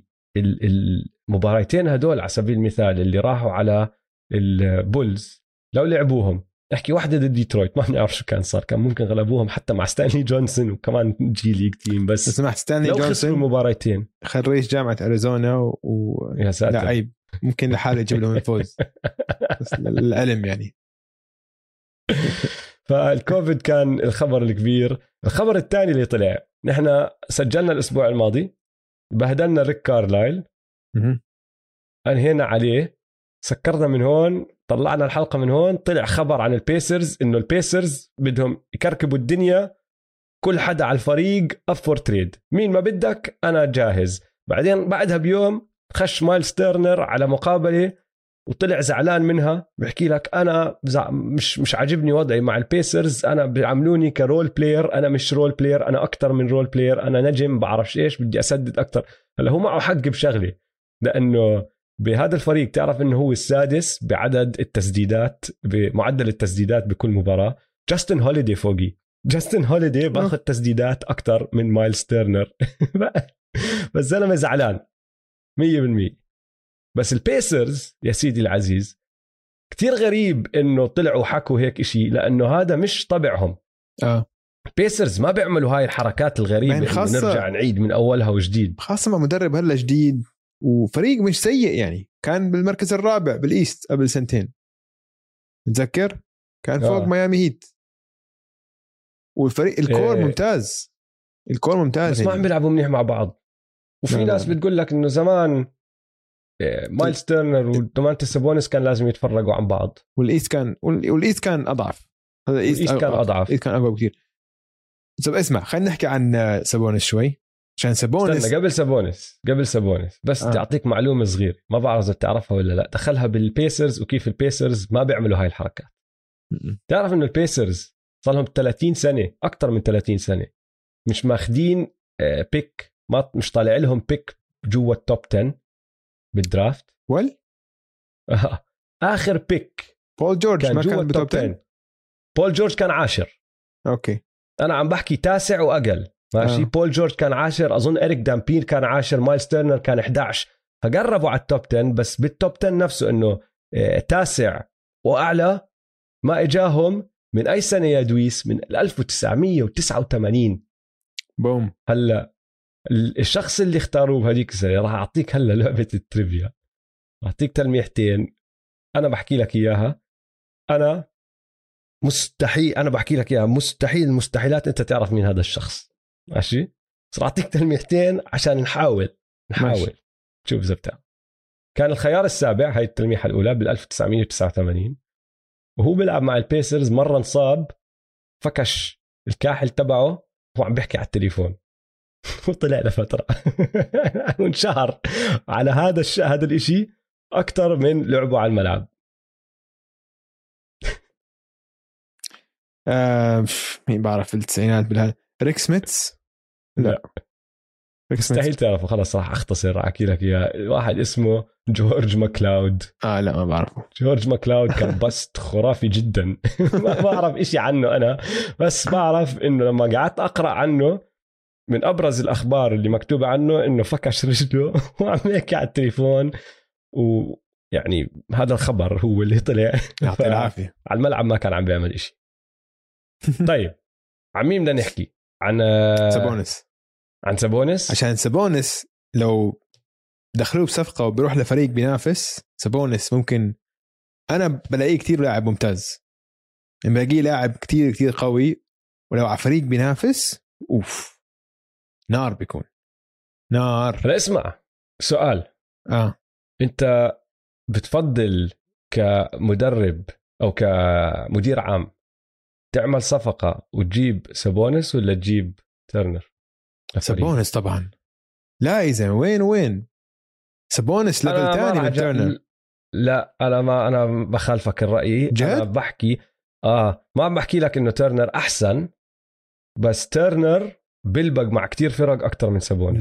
المباراتين هدول على سبيل المثال اللي راحوا على البولز لو لعبوهم احكي واحدة ضد ديترويت، ما بنعرف شو كان صار، كان ممكن غلبوهم حتى مع ستانلي جونسون وكمان جي ليج تيم. بس سمعت ستانلي لو جونسون خسروا المباراتين خريج جامعة أريزونا يا ساتر لعيب ممكن لحاله يجيب لهم الفوز بس الألم يعني. فالكوفيد كان الخبر الكبير. الخبر الثاني اللي طلع، نحن سجلنا الأسبوع الماضي بهدلنا ريك كارلايل، أنهينا عليه، سكرنا من هون، طلعنا الحلقة من هون، طلع خبر عن البيسرز إنه البيسرز بدهم يكركبوا الدنيا، كل حدا على الفريق أفور تريد، مين ما بدك أنا جاهز. بعدين بعدها بيوم خش مايلز تيرنر على مقابلة وطلع زعلان منها، بحكي لك أنا مش عاجبني وضعي مع البيسرز، أنا بيعاملوني كرول بلاير، أنا مش رول بلاير، أنا أكتر من رول بلاير، أنا نجم بعرفش إيش، بدي أسدد أكتر. هلا هو معه حق بشغلة، لأنه بهذا الفريق تعرف إنه هو السادس بعدد التسديدات، بمعدل التسديدات بكل مباراة. جاستن هوليدي فوقي، جاستن هوليدي باخذ تسديدات أكتر من مايلز تيرنر. بس زلمة زعلان 100%. بس البيسرز يا سيدي العزيز كتير غريب إنه طلعوا حكوا هيك إشي، لأنه هذا مش طبعهم. البيسرز ما بيعملوا هاي الحركات الغريبة إنه نرجع نعيد من أولها وجديد، خاصة مع مدرب هلا جديد وفريق مش سيء يعني. كان بالمركز الرابع بالإيست قبل سنتين، تذكر كان فوق ميامي هيت، والفريق الكور ممتاز، الكور ممتاز بس ما عم بيلعبوا منيح مع بعض. وفي ناس بتقول لك إنه زمان مايلز تيرنر ودومانتس سابونس كان لازم يتفرقوا عن بعض، والإيست كان أضعف، هذا الإيست كان أضعف، الإيست كان أقوى كتير. طب اسمع، خلينا نحكي عن سابونس شوي، عشان سابونس قبل سابونس بس تعطيك معلومة صغيرة، ما بعرف إذا تعرفها ولا لا، دخلها بالبيسرز وكيف البيسرز ما بيعملوا هاي الحركات. تعرف إنه البيسرز صار لهم 30 سنة، أكتر من 30 سنة مش ماخدين بيك، مش طالع لهم بيك جوا التوب 10 بالدرافت. آخر بيك بول جورج كان ما جوا كان التوب 10. بول جورج كان 10. أوكي أنا عم بحكي 9 وأقل، ماشي. بول جورج كان 10، أظن إريك دامبين كان 10، مايلز تيرنر كان 11. فقربوا على التوب 10، بس بالتوب 10 نفسه إنه 9 وأعلى ما إجاهم من أي سنة يا دويس، من 1989. بوم. هلا الشخص اللي اختاروه بهديك السنة، راح أعطيك هلا لعبة التريفيا، أعطيك تلميحتين أنا بحكي لك إياها. أنا مستحيل، أنا بحكي لك إياها مستحيل المستحيلات أنت تعرف مين هذا الشخص، ماشي؟ بس راح أعطيك تلميحتين عشان نحاول شوف زبطة. كان الخيار السابع، هاي التلميحة الأولى بال1989، وهو بيلعب مع البيسرز، مرة انصاب، فكش الكاحل تبعه وهو عم بيحكي على التليفون وطلع لفترة وانشهر على هذا الاشي أكتر من لعبه على الملعب. مين بعرف التسعينات بالهذا؟ ريك سميث؟ لا مستحيل تعرفه، خلاص راح أختصر أحكي لك يا واحد اسمه جورج ماكلاود. لا ما بعرفه. جورج ماكلاود كان بست خرافي جدا. ما بعرف إشي عنه أنا، بس بعرف إنه لما قعدت أقرأ عنه من أبرز الأخبار اللي مكتوبة عنه إنه فكش رجله وعم يحكي على التليفون، ويعني هذا الخبر هو اللي طلع. يعطي العافية. على الملعب ما كان عم بيعمل إشي. طيب عن مين بدنا نحكي؟ عن سابونس. عشان سابونس لو دخلوه بصفقة وبيروح لفريق بينافس، سابونس ممكن، أنا بلاقيه كتير لاعب ممتاز، بلاقيه لاعب كتير كتير قوي، ولو على فريق بينافس نار، بيكون نار. لا اسمع سؤال، أنت بتفضل كمدرب أو كمدير عام تعمل صفقة وتجيب سابونس ولا تجيب تيرنر؟ سابونس طبعا، لا إذا وين سابونس ليفل تاني من تيرنر. لا أنا بخالفك الرأي. أنا بحكي ما بحكي لك إنه تيرنر أحسن، بس تيرنر بيلبق مع كتير فرق أكتر من سابونس.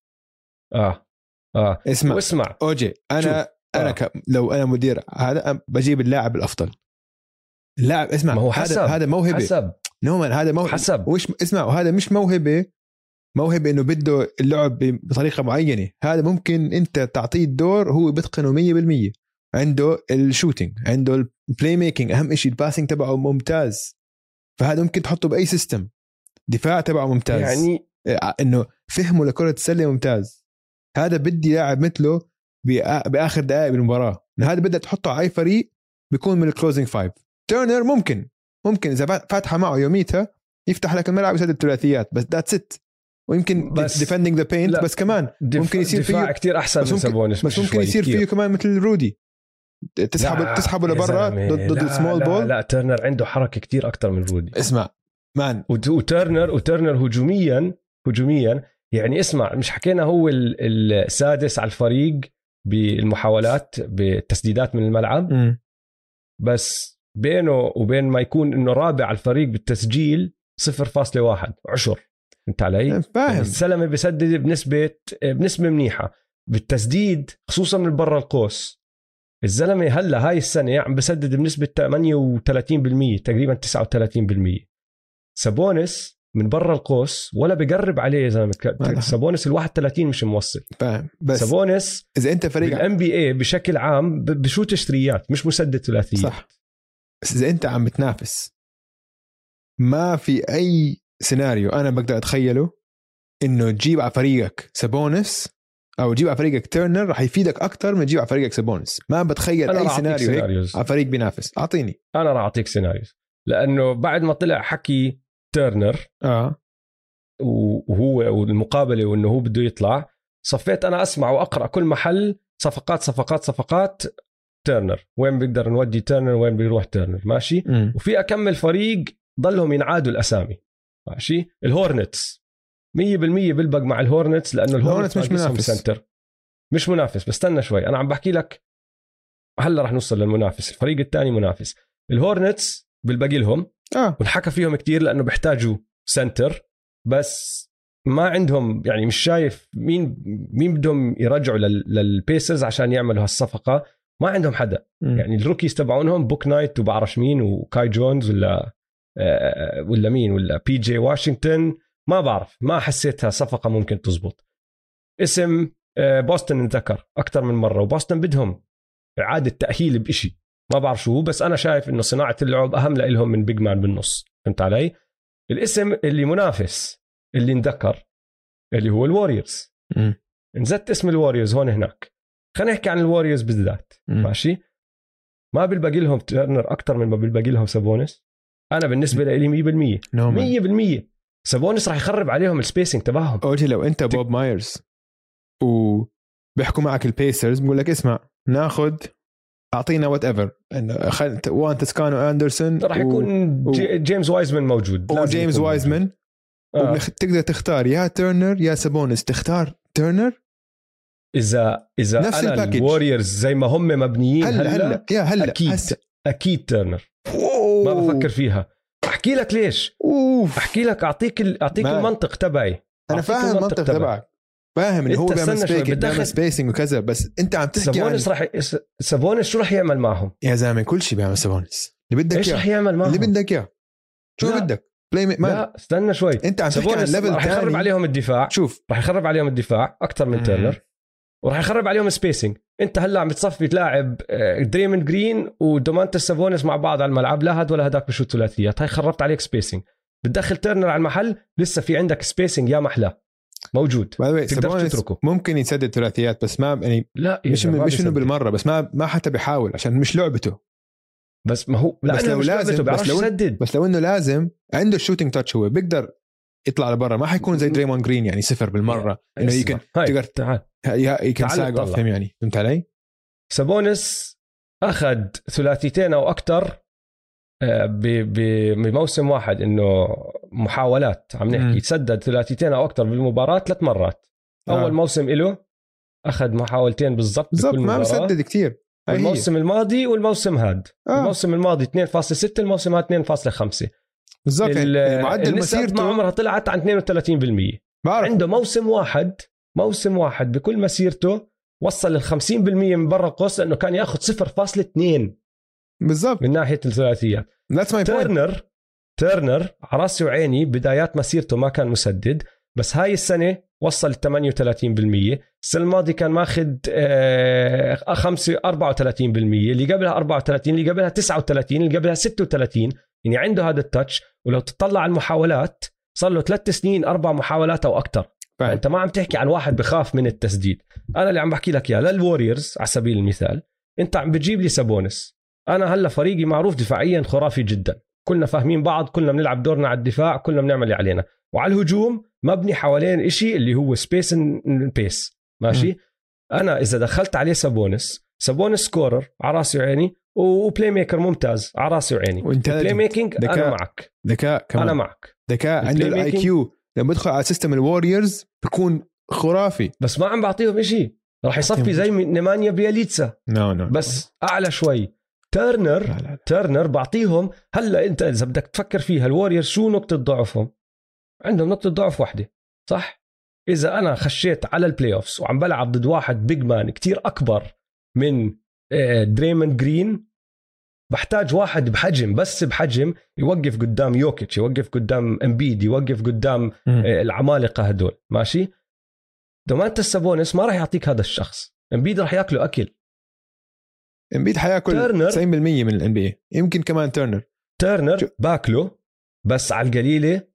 اسمع أوجي، أنا لو أنا مدير هذا بجيب اللاعب الأفضل. اللاعب اسمع، ما هو هذا موهبة. هذا موهبة حسب. وش اسمع، وهذا مش موهبة إنه بده اللعب بطريقة معينة. هذا ممكن أنت تعطيه الدور هو بيتقنه 100%. عنده الشوتينج، عنده بلاي ميكينج اهم شيء، الباسنج تبعه ممتاز، فهذا ممكن تحطه باي سيستم. دفاع تبعه ممتاز، يعني انه فهمه لكرة السلة ممتاز. هذا بدي لاعب مثله باخر دقائق بالمباراة، هذا بدك تحطه على اي فريق بيكون من الكلوزنج فايف. تيرنر ممكن اذا فاتحه معه يوميتها يفتح لك الملعب يسدد ثلاثيات، بس ذاتس ات. ويمكن ديفندينج ذا بينت، بس كمان ممكن يصير دفاع فيه كتير احسن من سابونس، بس ممكن يصير فيه كمان مثل رودي تسحبه لبرا ضد السمول بول. لا تيرنر عنده حركة كتير اكتر من رودي. اسمع مان، وتيرنر هجوميا يعني اسمع، مش حكينا هو السادس على الفريق بالمحاولات بالتسديدات من الملعب بس بينه وبين ما يكون انه رابع على الفريق بالتسجيل 0.1 عشر. انت علي؟ فاهم. السلمة بيسدد بنسبة منيحة. بالتسديد خصوصا من برا القوس الزلمة هلا هاي السنة عم بسدد بنسبة 38%، تقريبا 39%. سابونس من برا القوس ولا بقرب عليه يا زلمة. سابونس 31 مش موصل. فاهم. بس سابونس اذا انت فريق NBA بشكل عام بشوت ثريات مش مسدد ثلاثيات. صح، بس اذا انت عم بتنافس ما في اي سيناريو انا بقدر اتخيله انه تجيب على فريقك سابونس او تجيب على فريقك تيرنر راح يفيدك اكتر من تجيب على فريقك سابونس. ما بتخيل اي سيناريو هيك على فريق بينافس. اعطيني. انا راح اعطيك سيناريو، لانه بعد ما طلع حكي تيرنر وهو والمقابله وانه هو بده يطلع، صفيت انا اسمع واقرا كل محل صفقات تيرنر، وين بيقدر نودي تيرنر، وين بيروح تيرنر، ماشي. وفي اكمل فريق ضلهم ينعادوا الاسامي، ماشي. الهورنتس 100% بلبق مع الهورنتس، لانه الهورنتس مش منافس سنتر، مش منافس. بس استنى شوي، انا عم بحكي لك هلا رح نوصل للمنافس. الفريق الثاني منافس. الهورنتس بالباقي لهم ونحكى فيهم كتير لانه بيحتاجوا سنتر، بس ما عندهم يعني مش شايف مين بدهم يرجعوا للبيسرز عشان يعملوا هالصفقه. ما عندهم حدا. يعني الروكيز تبعونهم بوك نايت وبعرف مين وكاي جونز ولا مين ولا بي جي واشنطن، ما بعرف. ما حسيتها صفقه ممكن تزبط. اسم بوسطن انذكر اكثر من مره، وبوسطن بدهم اعاده تاهيل بشيء ما بعرف شو، بس انا شايف انه صناعه اللعب اهم لهم من بيج مان بالنص. فهمت علي؟ الاسم اللي منافس اللي انذكر اللي هو الواريورز. نزلت اسم الواريورز هون هناك. خلينا نحكي عن الواريورز بالذات، ماشي. ما بالباقي لهم تيرنر اكثر من ما بالباقي لهم سابونس. انا بالنسبه لي 100% سابونس راح يخرب عليهم السبيسنج تبعهم. اوجي لو انت بوب مايرز وبيحكوا معك البيسرز بقول لك اسمع ناخد اعطينا وات ايفر، وانت تسكانو اندرسون راح يكون جيمس وايزمان موجود، وجيمس وايزمان تقدر تختار يا تيرنر يا سابونس. تختار تيرنر اذا انا الواريورز زي ما هم مبنيين هلا اكيد تيرنر. ما بفكر فيها. احكي لك ليش. احكي لك اعطيك المنطق تبعي. انا فاهم المنطق تبعك، فاهم اللي هو بيعمل سبيسنج وكذا، بس انت عم تحكي سابونس سابونس شو راح يعمل معهم يا زلمه؟ كل شيء بيعمل سابونس اللي بدك ايش راح يعمل معهم؟ اللي بدك اياه. شو بدك لا استنى شوي. انت عم تحكي عن ليفل راح يخرب عليهم الدفاع. شوف راح يخرب عليهم الدفاع اكثر من تيرنر، وراح يخرب عليهم سبيسنج. انت هلا عم بتصفي تلاعب دريموند جرين ودومانتس سابونس مع بعض على الملعب، لا هاد ولا هداك بشوت ثلاثيات. هاي خربت عليك سبيسنج. بتدخل تيرنر على المحل لسه في عندك سبيسنج يا محلاه موجود، تقدر تتركه. ممكن يسدد ثلاثيات بس ما يعني لا مش انه بالمره، بس ما حتى بيحاول عشان مش لعبته. بس ما هو بس لو لازم بس لو انه لازم عنده الشوتينج تاتش هو بيقدر يطلع لبرا. ما حيكون زي دريمون جرين يعني صفر بالمره انه يمكن تقدر يمكن ساق يعني. فهمت علي؟ سابونس اخذ ثلاثيتين او اكثر بموسم واحد، انه محاولات عم نحكي سدد ثلاثيتين او اكثر بالمباراه 3 مرات. اول موسم له اخذ محاولتين بالضبط بكل مباراه، ما مسدد كتير. الموسم الماضي والموسم هاد الموسم الماضي 2.6، الموسم هاد 2.5 بالضبط. معدل مسيرته ما عمرها طلعت عن 32%. عنده موسم واحد بكل مسيرته وصل لل 50% من برا القوس، لانه كان ياخذ 0.2 بالضبط من ناحيه الثلاثيات. تيرنر على راسي وعيني بدايات مسيرته ما كان مسدد، بس هاي السنة وصل 38%. السنة الماضية كان ماخد 34%، اللي قبلها 34، اللي قبلها 39، اللي قبلها 36. يعني عنده هذا التاتش. ولو تطلع على المحاولات صار له 3 سنين 4 محاولات أو أكتر. فأنت ما عم تحكي عن واحد بخاف من التسديد. أنا اللي عم بحكي لك يا للواريورز على سبيل المثال، أنت عم بتجيب لي سابونس. أنا هلا فريقي معروف دفاعيا خرافي جدا، كلنا فاهمين بعض، كلنا بنلعب دورنا على الدفاع، كلنا بنعمل اللي علينا، وعلى الهجوم مبني حوالين إشي اللي هو سبيس ان بيس. ماشي. أنا إذا دخلت عليه سابونس سكورر على راسي وعيني، وبلاي ميكر ممتاز على راسي وعيني، بلاي ميكينج أنا معك، ذكاء كمان، أنا معك، ذكاء، عنده الاي كيو. لما بدخل على سيستم الواريورز بيكون خرافي، بس ما عم بعطيهم إشي. راح يصفي زي نيمانيا بياليتسا بس أعلى شوي. تيرنر بعطيهم. هلا أنت إذا بدك تفكر فيها، الواريورز شو نقطة ضعفهم؟ عندهم نقطة ضعف واحدة، صح؟ إذا أنا خشيت على البلاي أوفس وعم بلعب ضد واحد بيج مان كتير أكبر من دريموند جرين، بحتاج واحد بحجم، بس بحجم يوقف قدام يوكيتش، يوقف قدام امبيد، يوقف قدام العمالقة هدول. ماشي. دومانتس سابونس ما راح يعطيك هذا الشخص. امبيد راح ياكله أكل. امبيد حياكل 90% من الان بي اي، يمكن كمان تيرنر باكله، بس على القليلة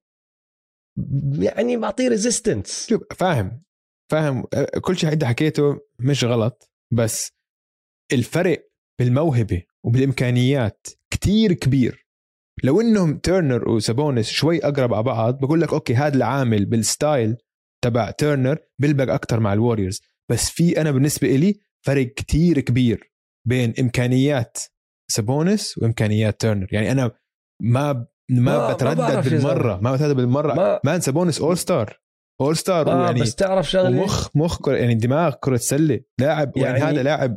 يعني بعطيه ريزيستنس. فاهم كل شيء انت حكيته مش غلط، بس الفرق بالموهبة وبالإمكانيات كتير كبير. لو إنهم تيرنر وسابونس شوي أقرب على بعض بقول لك أوكي، هذا العامل بالستايل تبع تيرنر بيلبق أكتر مع الواريورز. بس في أنا بالنسبة إلي فرق كتير كبير بين إمكانيات سابونس وإمكانيات تيرنر. يعني أنا ما بتردد بالمرة، ما بتردد بالمرة. مان سابونس أول ستار يعني، بس تعرف شغلة، مخ يعني دماغ كرة سلة لاعب يعني هذا لاعب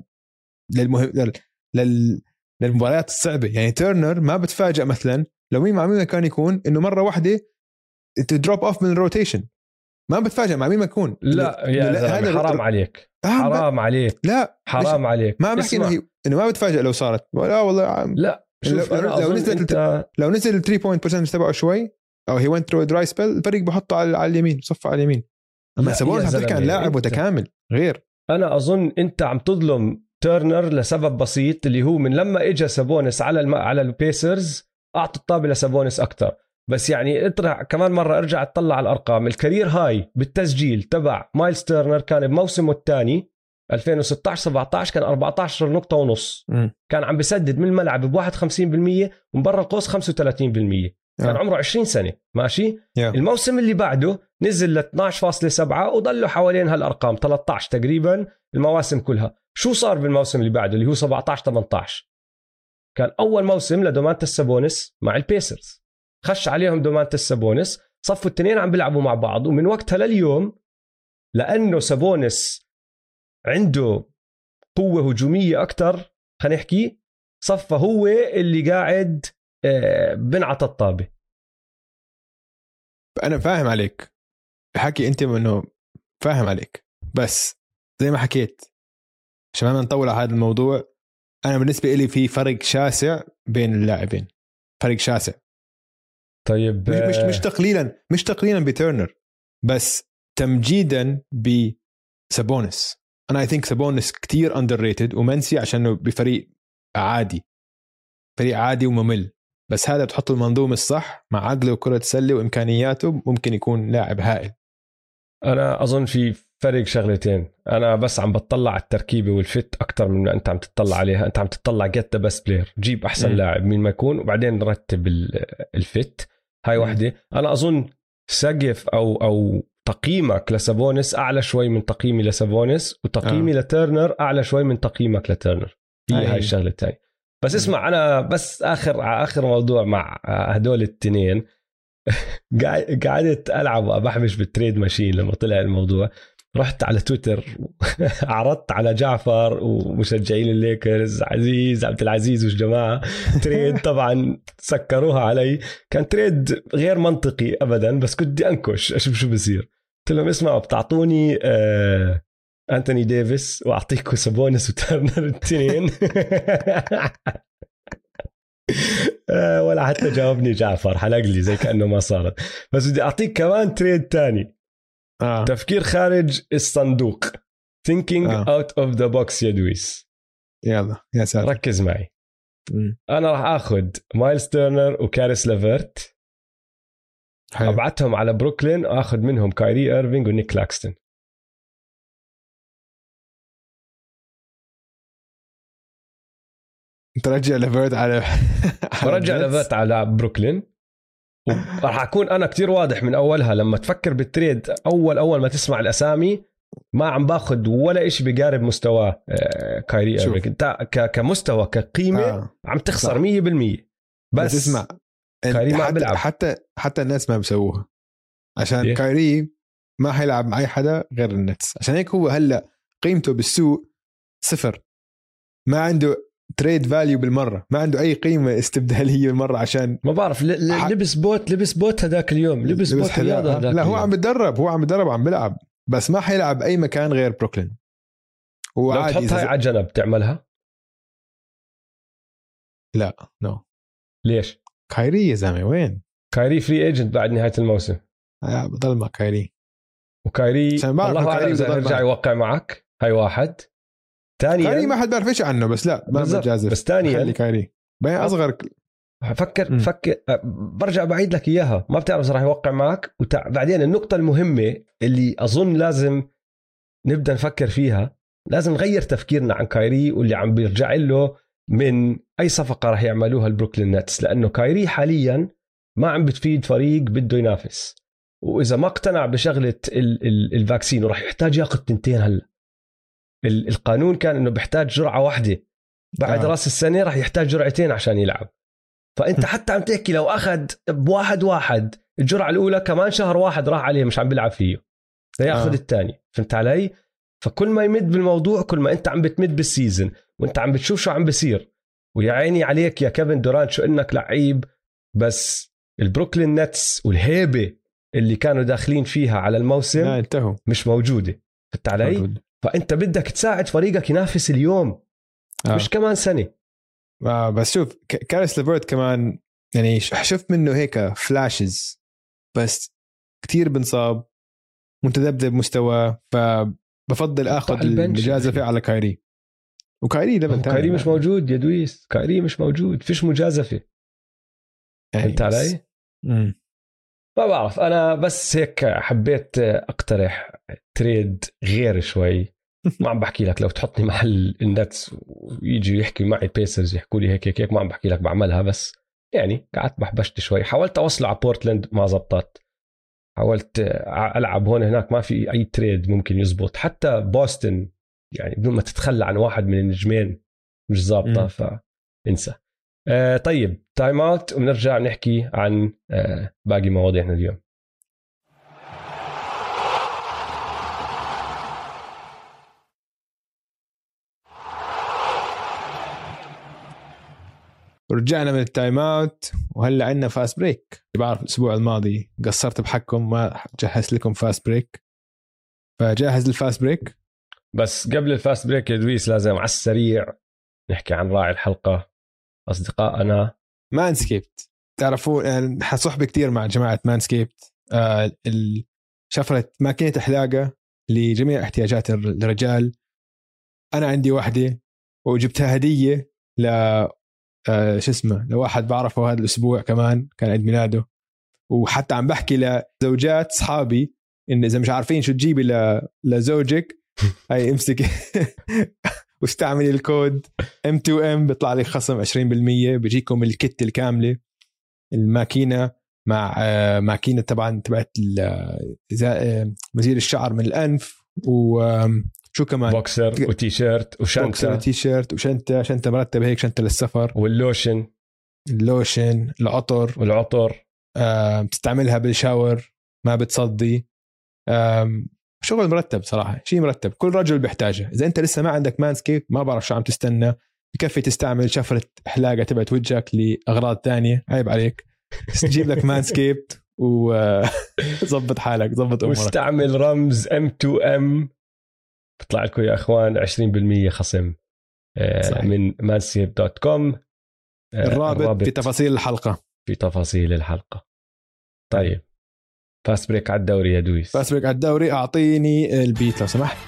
للمباريات الصعبة. يعني تيرنر ما بتفاجأ مثلا لو مين مع مين كان يكون إنه مرة واحدة تدروب أوف من الروتيشن، ما بتفاجأ مع مين ما يكون. لا يا زلمة حرام عليك، حرام عليك، لا حرام عليك. ما بحكي إنه ما بتفاجأ لو صارت، لا والله لا. لو نزل 3 بوينت برسنت تبعه شوي، أو هي went through a dry spell، الفريق بحطه على اليمين، صفى على اليمين. أما سابونس حتى كان لاعب متكامل غير. أنا أظن أنت عم تظلم تيرنر لسبب بسيط، اللي هو من لما إجا سابونس على البيسرز أعطوا الطابة لسابونس أكتر. بس يعني اطرح كمان مرة، ارجع اطلع على الأرقام. الكارير هاي بالتسجيل تبع مايلز تيرنر كان بموسمه الثاني 2016-17 كان 14 نقطة ونص. كان عم بسدد من الملعب ب51% ومن برا القوس 35%. كان عمره 20 سنة. ماشي. الموسم اللي بعده نزل ل 12.7 وضلوا حوالين هالأرقام 13 تقريبا المواسم كلها. شو صار بالموسم اللي بعده اللي هو 17-18؟ كان أول موسم لدومانتس سابونس مع البيسرز، خش عليهم دومانتس سابونس، صفوا التنين عم بيلعبوا مع بعض. ومن وقتها لليوم، لأنه سابونس عنده قوة هجومية أكتر، خلينا نحكي، صفى هو اللي قاعد بنعط الطابة. أنا فاهم عليك حكي أنت إنه فاهم عليك، بس زي ما حكيت عشان ما نطول على هذا الموضوع، أنا بالنسبة إلي في فرق شاسع بين اللاعبين، فرق شاسع. طيب مش تقليلا بتيرنر، بس تمجيدا بسابونس. أنا I think سابونس كتير underrated ومنسي عشانه بفريق عادي، فريق عادي وممل. بس هذا بتحط المنظومة الصح مع عقله وكرة سلة وإمكانياته، ممكن يكون لاعب هائل. أنا أظن في فرق شغلتين. أنا بس عم بتطلع على التركيبة والفت أكتر من أنت عم تتطلع عليها. أنت عم تتطلع get the best player، جيب أحسن لاعب مين ما يكون، وبعدين نرتب الفت. هاي واحدة. أنا أظن سقف أو تقييمك لسابونس أعلى شوي من تقييمي لسابونس، وتقييمي لتيرنر أعلى شوي من تقييمك لتيرنر. هاي الشغلة الثانية. بس اسمع، أنا بس آخر موضوع مع هدول التنين قعدت ألعب وأبحبش بالتريد ماشين. لما طلع الموضوع رحت على تويتر عرضت على جعفر ومشجعين الليكرز، عزيز عبد العزيز والجماعة تريد. طبعا سكروها علي، كان تريد غير منطقي أبدا، بس كنت بدي أنكش أشوف شو بصير. قلت لهم اسمعوا، بتعطوني أنتوني ديفيس وأعطيكم سابونس وتيرنر التنين. ولا حتى جاوبني جعفر، حلق لي زي كأنه ما صارت. بس بدي أعطيك كمان تريد تاني، تفكير خارج الصندوق. thinking out of the box يا دويس. يلا يا ساتر ركز معي. أنا راح أخذ مايلز تيرنر وكاريس ليفرت، أبعتهم على بروكلين، وأخذ منهم كايري إيرفينغ ونيك كلاكستون. ترجع ليفرت على برجع ليفرت على بروكلين، وراح أكون أنا كتير واضح من أولها. لما تفكر بالتريد أول ما تسمع الأسامي، ما عم باخد ولا إشي بقارب مستوى كايري إيرفينغ. انت كمستوى كقيمة عم تخسر 100%. بس اسمع، كايري ما بيلعب. حتى الناس ما بيسووها عشان كايري ما حيلعب مع أي حدا غير النتس. عشان هيك هو هلأ قيمته بالسوق 0، ما عنده تريد فاليو بالمرة، ما عنده أي قيمة استبدالية بالمرة. عشان ما بعرف لبس بوت هداك اليوم، لبس بوت رياضة. لا هو عم بتدرب، وعم بيلعب، بس ما حيلعب أي مكان غير بروكلين. لو تحطها على جنب تعملها؟ لا ليش؟ كايري يا زلمة وين؟ كايري فري ايجنت بعد نهاية الموسم. بضل مع كايري، وكايري الله أعلم إذا رجع يوقع معك. هاي واحد. ثانيا كايري ما حد بيعرف ايش عنه، بس لا ما بجازف. بس ثانيا كايري بين اصغر. فكر برجع بعيد لك اياها، ما بتعرف راح يوقع معك. بعدين النقطة المهمة اللي اظن لازم نبدا نفكر فيها، لازم نغير تفكيرنا عن كايري واللي عم بيرجع له من اي صفقة راح يعملوها البروكلين نتس. لانه كايري حاليا ما عم بتفيد فريق بده ينافس، واذا ما اقتنع بشغلة الفاكسين وراح يحتاج ياخذ 2 هلا. القانون كان انه بيحتاج جرعة واحدة، بعد راس السنة راح يحتاج 2 جرعات عشان يلعب. فانت حتى عم تحكي لو اخذ بواحد الجرعة الاولى، كمان شهر واحد راح عليه مش عم بيلعب فيه، لياخذ الثاني. فهمت علي؟ فكل ما يمد بالموضوع، كل ما انت عم بتمد بالسيزن وانت عم بتشوف شو عم بيصير. ويا عيني عليك يا كيفن دورانت شو انك لعيب، بس البروكلين نتس والهيبة اللي كانوا داخلين فيها على الموسم انتهوا، مش موجودة. فهمت علي؟ فانت بدك تساعد فريقك ينافس اليوم، مش كمان سنة. بس شوف كاريس ليفرت كمان، يعني شفت منه هيك فلاشز، بس كتير بنصاب، متذبذب مستوى. فبفضل اخذ المجازفة على كايري. وكايري ليفل ثاني، كايري مش موجود يا دويس، كايري مش موجود، فيش مجازفة. فهمت علي؟ ما بعرف، أنا بس هيك حبيت أقترح تريد غير شوي. ما عم بحكي لك لو تحطني محل النتس ويجي يحكي معي بيسرز يحكوا لي هيك ما عم بحكي لك بعملها، بس يعني قعدت بحبشت شوي. حاولت أوصل على بورتلاند ما زبطت، حاولت ألعب هون هناك ما في أي تريد ممكن يزبط. حتى بوسطن يعني بدون ما تتخلى عن واحد من النجمين مش زابطة، فانسى. طيب تايم اوت ونرجع نحكي عن باقي مواضيعنا اليوم. رجعنا من التايم اوت، وهلا عندنا فاست بريك. بعرف الاسبوع الماضي قصرت بحكم ما جهزت لكم فاست بريك، فجاهز للفاست بريك. بس قبل الفاست بريك يا دويس لازم على السريع نحكي عن راعي الحلقة، أصدقائنا مانسكيبت. تعرفون يعني حصحب كتير مع جماعة مانسكيبت. شفرة ماكينة حلاقة لجميع احتياجات الرجال. أنا عندي واحدة وجبتها هدية ل شو اسمه لواحد بعرفه هذا الأسبوع، كمان كان عيد ميلاده. وحتى عم بحكي لزوجات صحابي إن إذا مش عارفين شو تجيبي لزوجك هاي امسك واستعملي الكود M2M بيطلع لك خصم 20%. بيجيكم الكت الكاملة، الماكينة مع ماكينة طبعا تبعت مزيل الشعر من الأنف، وشو كمان بوكسر وتي شيرت وشنطة، بوكسر وتي شيرت وشنطة، شنطة مرتبة هيك، شنطة للسفر، واللوشن العطر بتستعملها بالشاور ما بتصدي. شغل مرتب صراحة، شيء مرتب كل رجل بيحتاجه. إذا أنت لسه ما عندك مانسكيب ما بعرف شو عم تستنى، بكفي تستعمل شفرة حلاقة تبعت وجهك لأغراض تانية، عيب عليك. تجيب لك مانسكيبت وظبط حالك، ظبط أمورك. واستعمل رمز M2M بيطلع لكم يا أخوان 20% خصم من manscaped.com. الرابط في تفاصيل الحلقة. طيب فاست بريك على الدوري يا دويس. فاست بريك على الدوري. أعطيني البيت لو سمحت.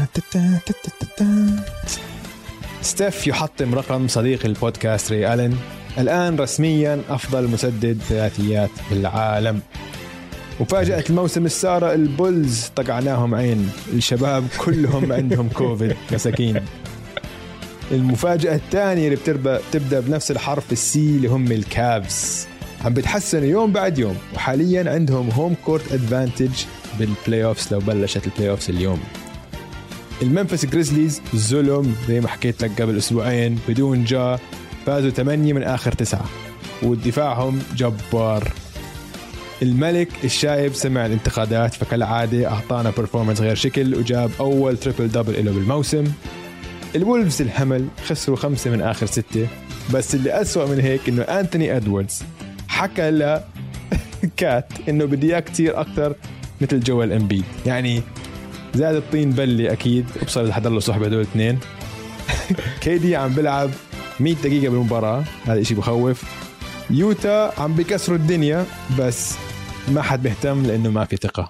ستيف يحطم رقم صديق البودكاست ري ألين، الآن رسميا أفضل مسدد ثلاثيات بالعالم. مفاجأة الموسم السارة البولز طقعناهم عين، الشباب كلهم عندهم كوفيد مساكين. المفاجأة الثانية اللي بتبدأ بنفس الحرف السي اللي هم الكابز، عم بتحسنوا يوم بعد يوم وحاليا عندهم هوم كورت ادفانتج بالبلاي اوفس لو بلشت البلاي اوفس اليوم. المنفس جريزليز ظلم زي ما حكيت لك قبل أسبوعين بدون جا، فازوا 8 من آخر 9 ودفاعهم جبار. الملك الشايب سمع الانتقادات فكالعادة أعطانا برفورمانس غير شكل وجاب أول تريبل دبل إله بالموسم. الولفز الحمل خسروا 5 من آخر 6، بس اللي أسوأ من هيك إنه أنتوني إدواردز حكى لكات إنه بدي إياه كتير أكتر مثل جوال إمبيد، يعني زاد الطين بلي أكيد وبصر لحد له صحبة دول اثنين. كيدي عم بلعب 100 دقيقة بالمباراة، هذا إشي بخوف. يوتا عم بيكسروا الدنيا بس ما حد بيهتم لأنه ما في ثقة.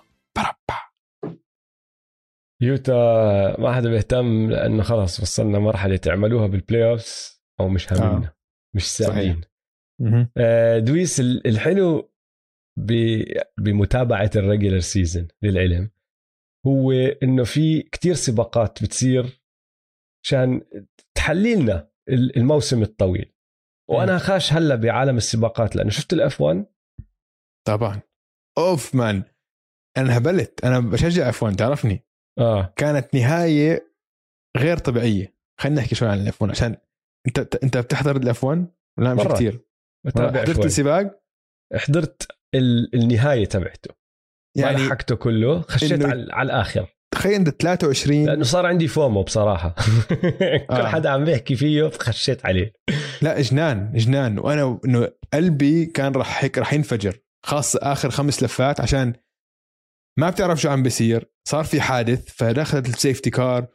يوتا ما حدا بيهتم لأنه خلاص وصلنا مرحلة تعملوها بالبلاي أوفس أو مش هاملنا مش ساعدين. دويس الحلو بمتابعة الريجولر سيزن للعلم هو إنه في كتير سباقات بتصير عشان تحليلنا الموسم الطويل، وأنا خاش هلا بعالم السباقات لأنه شفت الأف1 طبعا. أوف مان أنا هبلت، أنا بشجع F1 تعرفني. كانت نهاية غير طبيعية. خلينا نحكي شوي عن الأف1 عشان أنت بتحضر الأف1 ولا مش كتير؟ حضرت السباق، حضرت النهاية تبعته يعني ما لحقته كله، خشيت على الآخر. تخيل أنت 23 لأنه صار عندي فومو بصراحة. كل حدا عم بيحكي فيه فخشيت عليه. لا جنان وأنا إنه قلبي كان راح ينفجر، خاصة آخر 5 لفات عشان ما بتعرف شو عم بيصير. صار في حادث فدخلت السيفتي كار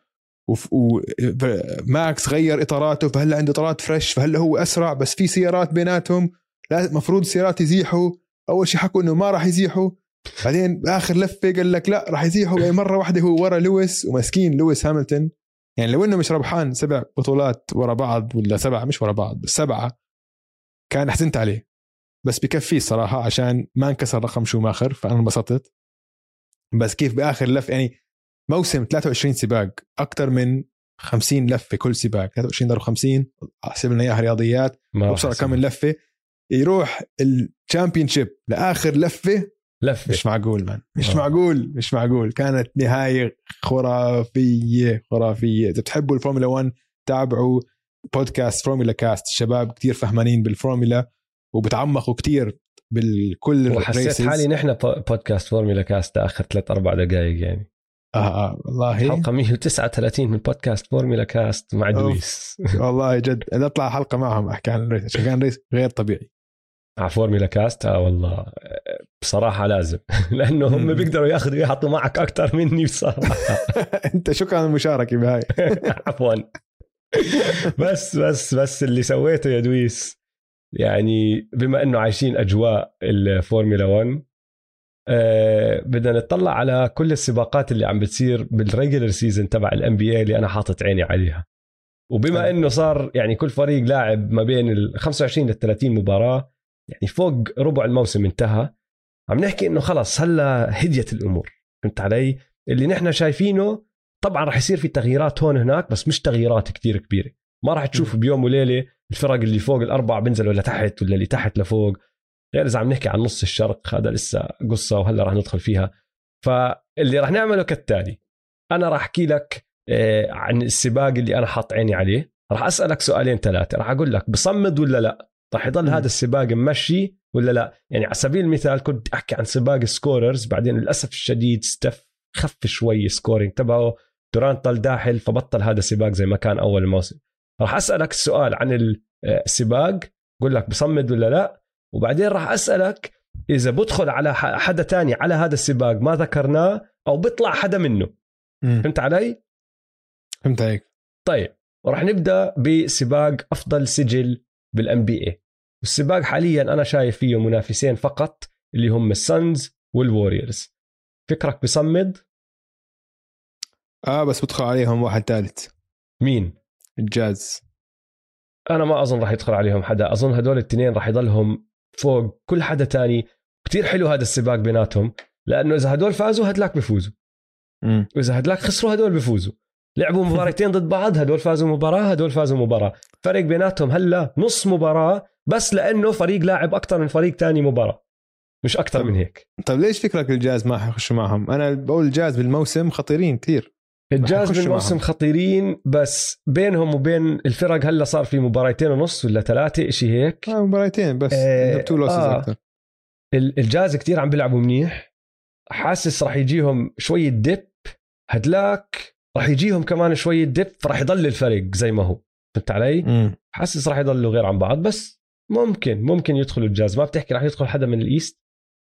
وماكس غير إطاراته فهلا عنده إطارات فريش فهلا هو أسرع، بس في سيارات بيناتهم لازم مفروض السيارات يزيحوا. أول شيء حكوا إنه ما راح يزيحوا، بعدين بآخر لفة قال لك لا راح يزيحوا. يعني مرة واحدة هو ورا لويس ومسكين لويس هاملتون، يعني لو إنه مش ربحان 7 بطولات ورا بعض ولا 7 مش ورا بعض بس 7 كان حزنت عليه، بس بكفيه صراحة عشان ما انكسر رقم شوماخر فأنا انبسطت. بس كيف بآخر لف يعني موسم 23 سباق أكتر من 50 لفة كل سباق 23 ضرب 50 أحسب لنا إياها رياضيات وبصر كم لفة يروح الشامبيونشيب لآخر لفة مش معقول مان مش معقول. كانت نهاية خرافية. إذا بتحبوا الفورمولا 1 تابعوا بودكاست فورمولا كاست، الشباب كتير فهمانين بالفورمولا وبتعمقوا كتير بالكل. وحسيت حالي نحن بودكاست فورمولا كاست آخر 3-4 دقائق يعني. والله حلقة 139 من بودكاست فورمولا كاست مع دويس. والله جد أنا أطلع حلقة معهم أحكي عن الريس عشان كان ريس غير طبيعي على فورمولا كاست. والله بصراحة لازم لأنه هم بيقدروا ياخذوا يحطوا معك أكتر مني بصراحة. أنت شكرا على المشاركة بهاي. عفوا. بس اللي سويته يا دويس يعني بما أنه عايشين أجواء الفورمولا 1 بدنا نطلع على كل السباقات اللي عم بتصير بالريجولر سيزن تبع الNBA اللي أنا حاطط عيني عليها. وبما أنه صار يعني كل فريق لاعب ما بين 25 ل 30 مباراة، يعني فوق ربع الموسم انتهى، عم نحكي إنه خلص هلا هديت الأمور. فهمت علي؟ اللي نحن شايفينه طبعا رح يصير في تغييرات هون هناك بس مش تغييرات كتير كبيرة. ما رح تشوف بيوم وليلة الفرق اللي فوق الأربعة بنزلوا لتحت ولا اللي تحت لفوق. غير إذا عم نحكي عن نص الشرق هذا لسه قصة وهلا رح ندخل فيها. فاللي رح نعمله كالتالي، أنا رح أحكي لك عن السباق اللي أنا حاط عيني عليه، رح أسألك 2-3، رح أقول لك بصمد ولا لا، رح يضل هذا السباق ممشي ولا لا. يعني على سبيل المثال كنت أحكي عن سباق السكوررز، بعدين للأسف الشديد ستيف خف شوي سكورينج تبعه، دوران طل داخل فبطل هذا السباق زي ما كان أول الموسم. رح أسألك السؤال عن السباق، قول لك بصمد ولا لا، وبعدين رح أسألك إذا بدخل على حدا تاني على هذا السباق ما ذكرناه أو بيطلع حدا منه. فهمت علي؟ فهمت عليك. طيب ورح نبدأ بسباق أفضل سجل بالNBA. والسباق حاليا أنا شايف فيه منافسين فقط اللي هم السانز والواريورز. فكرك بصمد؟ بس بدخل عليهم واحد ثالث. مين؟ الجاز. انا ما اظن راح يدخل عليهم حدا، اظن هدول الاثنين راح يضلهم فوق كل حدا تاني. كتير حلو هذا السباق بيناتهم، لانه اذا هدول فازوا هدلاك بيفوزوا، واذا هدلاك خسروا هدول بيفوزوا. لعبوا مباراتين ضد بعض، هدول فازوا مباراة هدول فازوا مباراة، فرق بيناتهم هلا نص مباراة بس، لانه فريق لاعب اكثر من فريق تاني مباراة، مش اكثر من هيك. طب ليش فكرك الجاز ما حيخشوا معهم؟ انا بقول الجاز بالموسم خطيرين كثير. الجاز بالموسم خطيرين، بس بينهم وبين الفرق هلا صار في مباراتين ونص ولا 3 إشي هيك. مباراتين بس أكتر. الجاز كتير عم بيلعبوا منيح، حاسس راح يجيهم شوية ديب، هدلاك راح يجيهم كمان شوية ديب، راح يضل الفرق زي ما هو. فهمت علي؟ حاسس راح يضلوا غير عن بعض، بس ممكن يدخلوا الجاز. ما بتحكي راح يدخل حدا من الإيست؟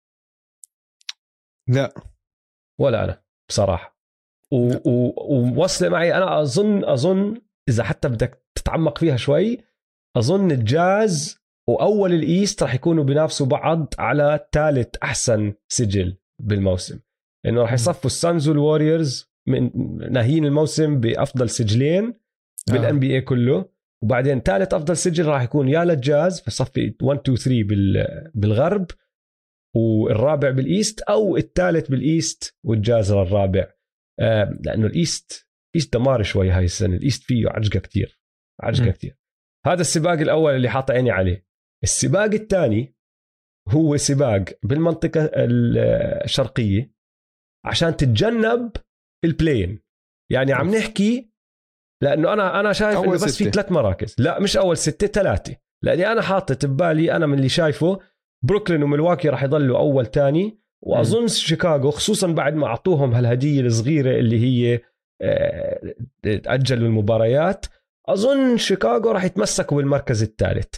لا ولا أنا بصراحة. ووصل معي أنا أظن إذا حتى بدك تتعمق فيها شوي، أظن الجاز وأول الإيست راح يكونوا بينافسوا بعض على ثالث أحسن سجل بالموسم، لأنه راح يصفوا السانز والواريورز من ناهين الموسم بأفضل سجلين بالان بي اي كله، وبعدين ثالث أفضل سجل راح يكون يا للجاز في صفي 1 2 3 بالغرب، والرابع بالإيست، أو الثالث بالإيست والجاز الرابع. لأنه الإيست دمار شوي هاي السنة، الإيست فيه عجقة كتير. هذا السباق الأول اللي حاط عيني عليه. السباق الثاني هو سباق بالمنطقة الشرقية عشان تتجنب البلاين. يعني عم نحكي، لأنه أنا شايف إنه بس في 3 مراكز. لا مش أول 6، 3. لأني أنا حاطط ببالي، أنا من اللي شايفه بروكلين وملواكي راح يضلوا أول تاني، وأظن شيكاغو خصوصا بعد ما أعطوهم هالهدية الصغيرة اللي هي تأجلوا المباريات، أظن شيكاغو راح يتمسكوا بالمركز الثالث.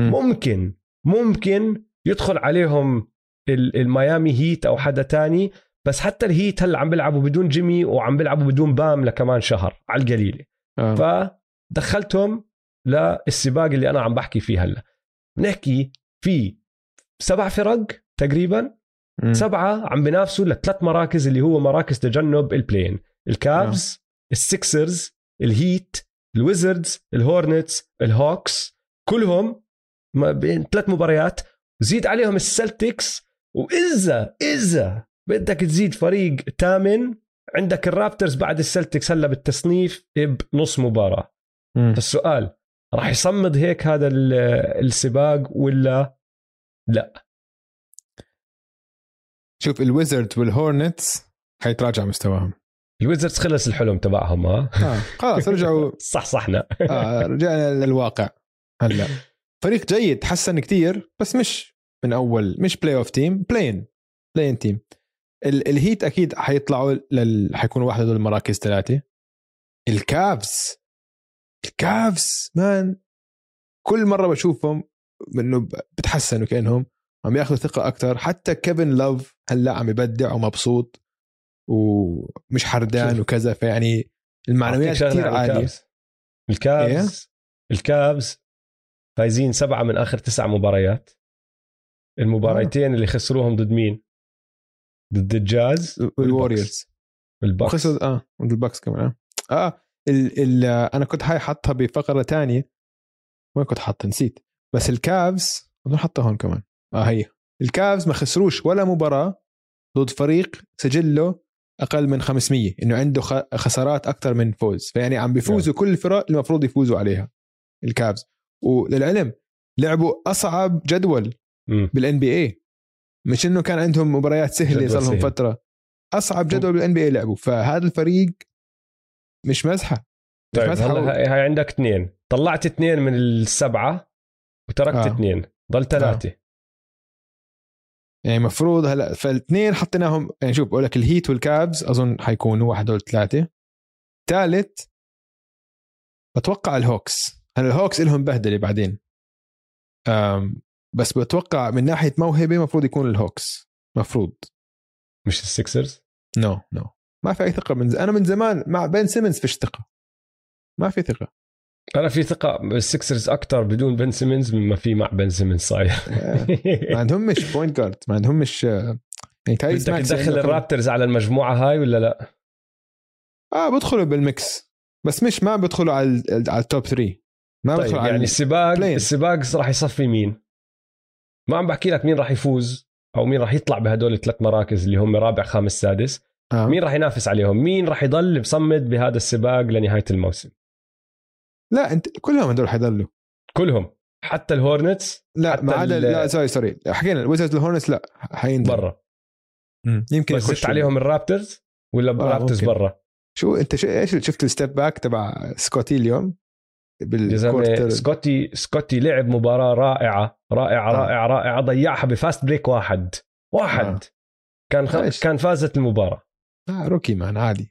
ممكن يدخل عليهم الميامي هيت أو حدا تاني، بس حتى الهيت هلا عم بيلعبوا بدون جيمي وعم بيلعبوا بدون بام لكمان شهر على القليلة. فدخلتهم للسباق اللي أنا عم بحكي فيه هلا. نحكي في 7 فرق تقريبا، 7 عم بينافسوا ل3 مراكز اللي هو مراكز تجنب البلين. الكافز، السيكسرز، الهيت، الويزردز، الهورنتس، الهوكس، كلهم ما بين 3 مباريات. زيد عليهم السلتكس، وإذا بدك تزيد فريق 8 عندك الرابترز بعد السلتكس هلا بالتصنيف بنص مباراة. فالسؤال راح يصمد هيك هذا السباق ولا لا؟ شوف الويزرد والهورنتس حيتراجع مستواهم. الويزردز خلص الحلم تبعهم. خلاص رجعوا صحنا. رجعنا للواقع. هلا فريق جيد، تحسن كتير، بس مش من أول، مش بلاي اوف تيم، بلاين تيم. الهيت أكيد حيطلعوا حيكونوا واحدة دول المراكز 3. الكافز مان كل مرة بشوفهم إنه بتحسنوا، كأنهم عم ياخذوا ثقة أكتر. حتى كيفن لوف هلا عم يبدع ومبسوط ومش حردان وكذا، فيعني المعنويات كتير عالية. الكابز فايزين 7 من آخر 9 مباريات. المباراتين اللي خسروهم ضد مين؟ ضد الجاز والواريورز والباكس. ضد الباكس كمان. أنا كنت هاي حطها بفقرة تانية، ما كنت حاطها نسيت. بس الكافز بدنا نحطها هون كمان. هي الكافز ما خسروش ولا مباراة ضد فريق سجله أقل من 500، إنه عنده خسارات أكتر من فوز. فيعني عم بيفوزوا كل الفرق المفروض يفوزوا عليها الكافز. وللعلم لعبوا أصعب جدول بالان بي اي، مش إنه كان عندهم مباريات سهلة صار لهم فترة. أصعب جدول بالان بي اي لعبوا. فهذا الفريق مش مزحة. طيب هاي عندك 2، طلعت 2 من 7 وتركت 2، ضل 3. يعني مفروض هلا فالاثنين حطيناهم. يعني شوف بقول لك الهيت والكابز اظن حيكونوا 1 و 3. ثالث بتوقع الهوكس. هلا الهوكس لهم بهدله بعدين، بس بتوقع من ناحيه موهبه مفروض يكون الهوكس، مفروض مش السيكسرز. نو ما في اي ثقه. انا من زمان مع بين سيمنز فيش ثقه، ما في ثقه. أنا في ثقة بالسيكسرز أكتر بدون بن سيمنز مما في مع بن سيمنز صاير. ما عندهم مش بوينت جارد، ما عندهم مش يعني تايريس بدك ماكسي تدخل الرابترز على المجموعة هاي ولا لا؟ بدخلوا بالميكس، بس مش ما بدخلوا على التوب 3. ما طيب بدخلوا على يعني السباق راح يصفي مين؟ ما عم بحكي لك مين راح يفوز او مين راح يطلع بهدول الثلاث مراكز اللي هم رابع خامس سادس. مين راح ينافس عليهم؟ مين راح يضل مصمد بهذا السباق لنهاية الموسم؟ لا انت كلهم هدول حيضلوا، كلهم حتى الهورنتس. لا ما عدا لا سوري حكينا الويزرز الهورنتس لا حينزل برا. يمكن يخش عليهم الرابترز ولا الرابترز برا. شو انت ايش شفت الستيب باك تبع سكوتي اليوم سكوتي لعب مباراة رائعة ضيعها بفاست بريك واحد كان فازت المباراة. روكي مان عادي.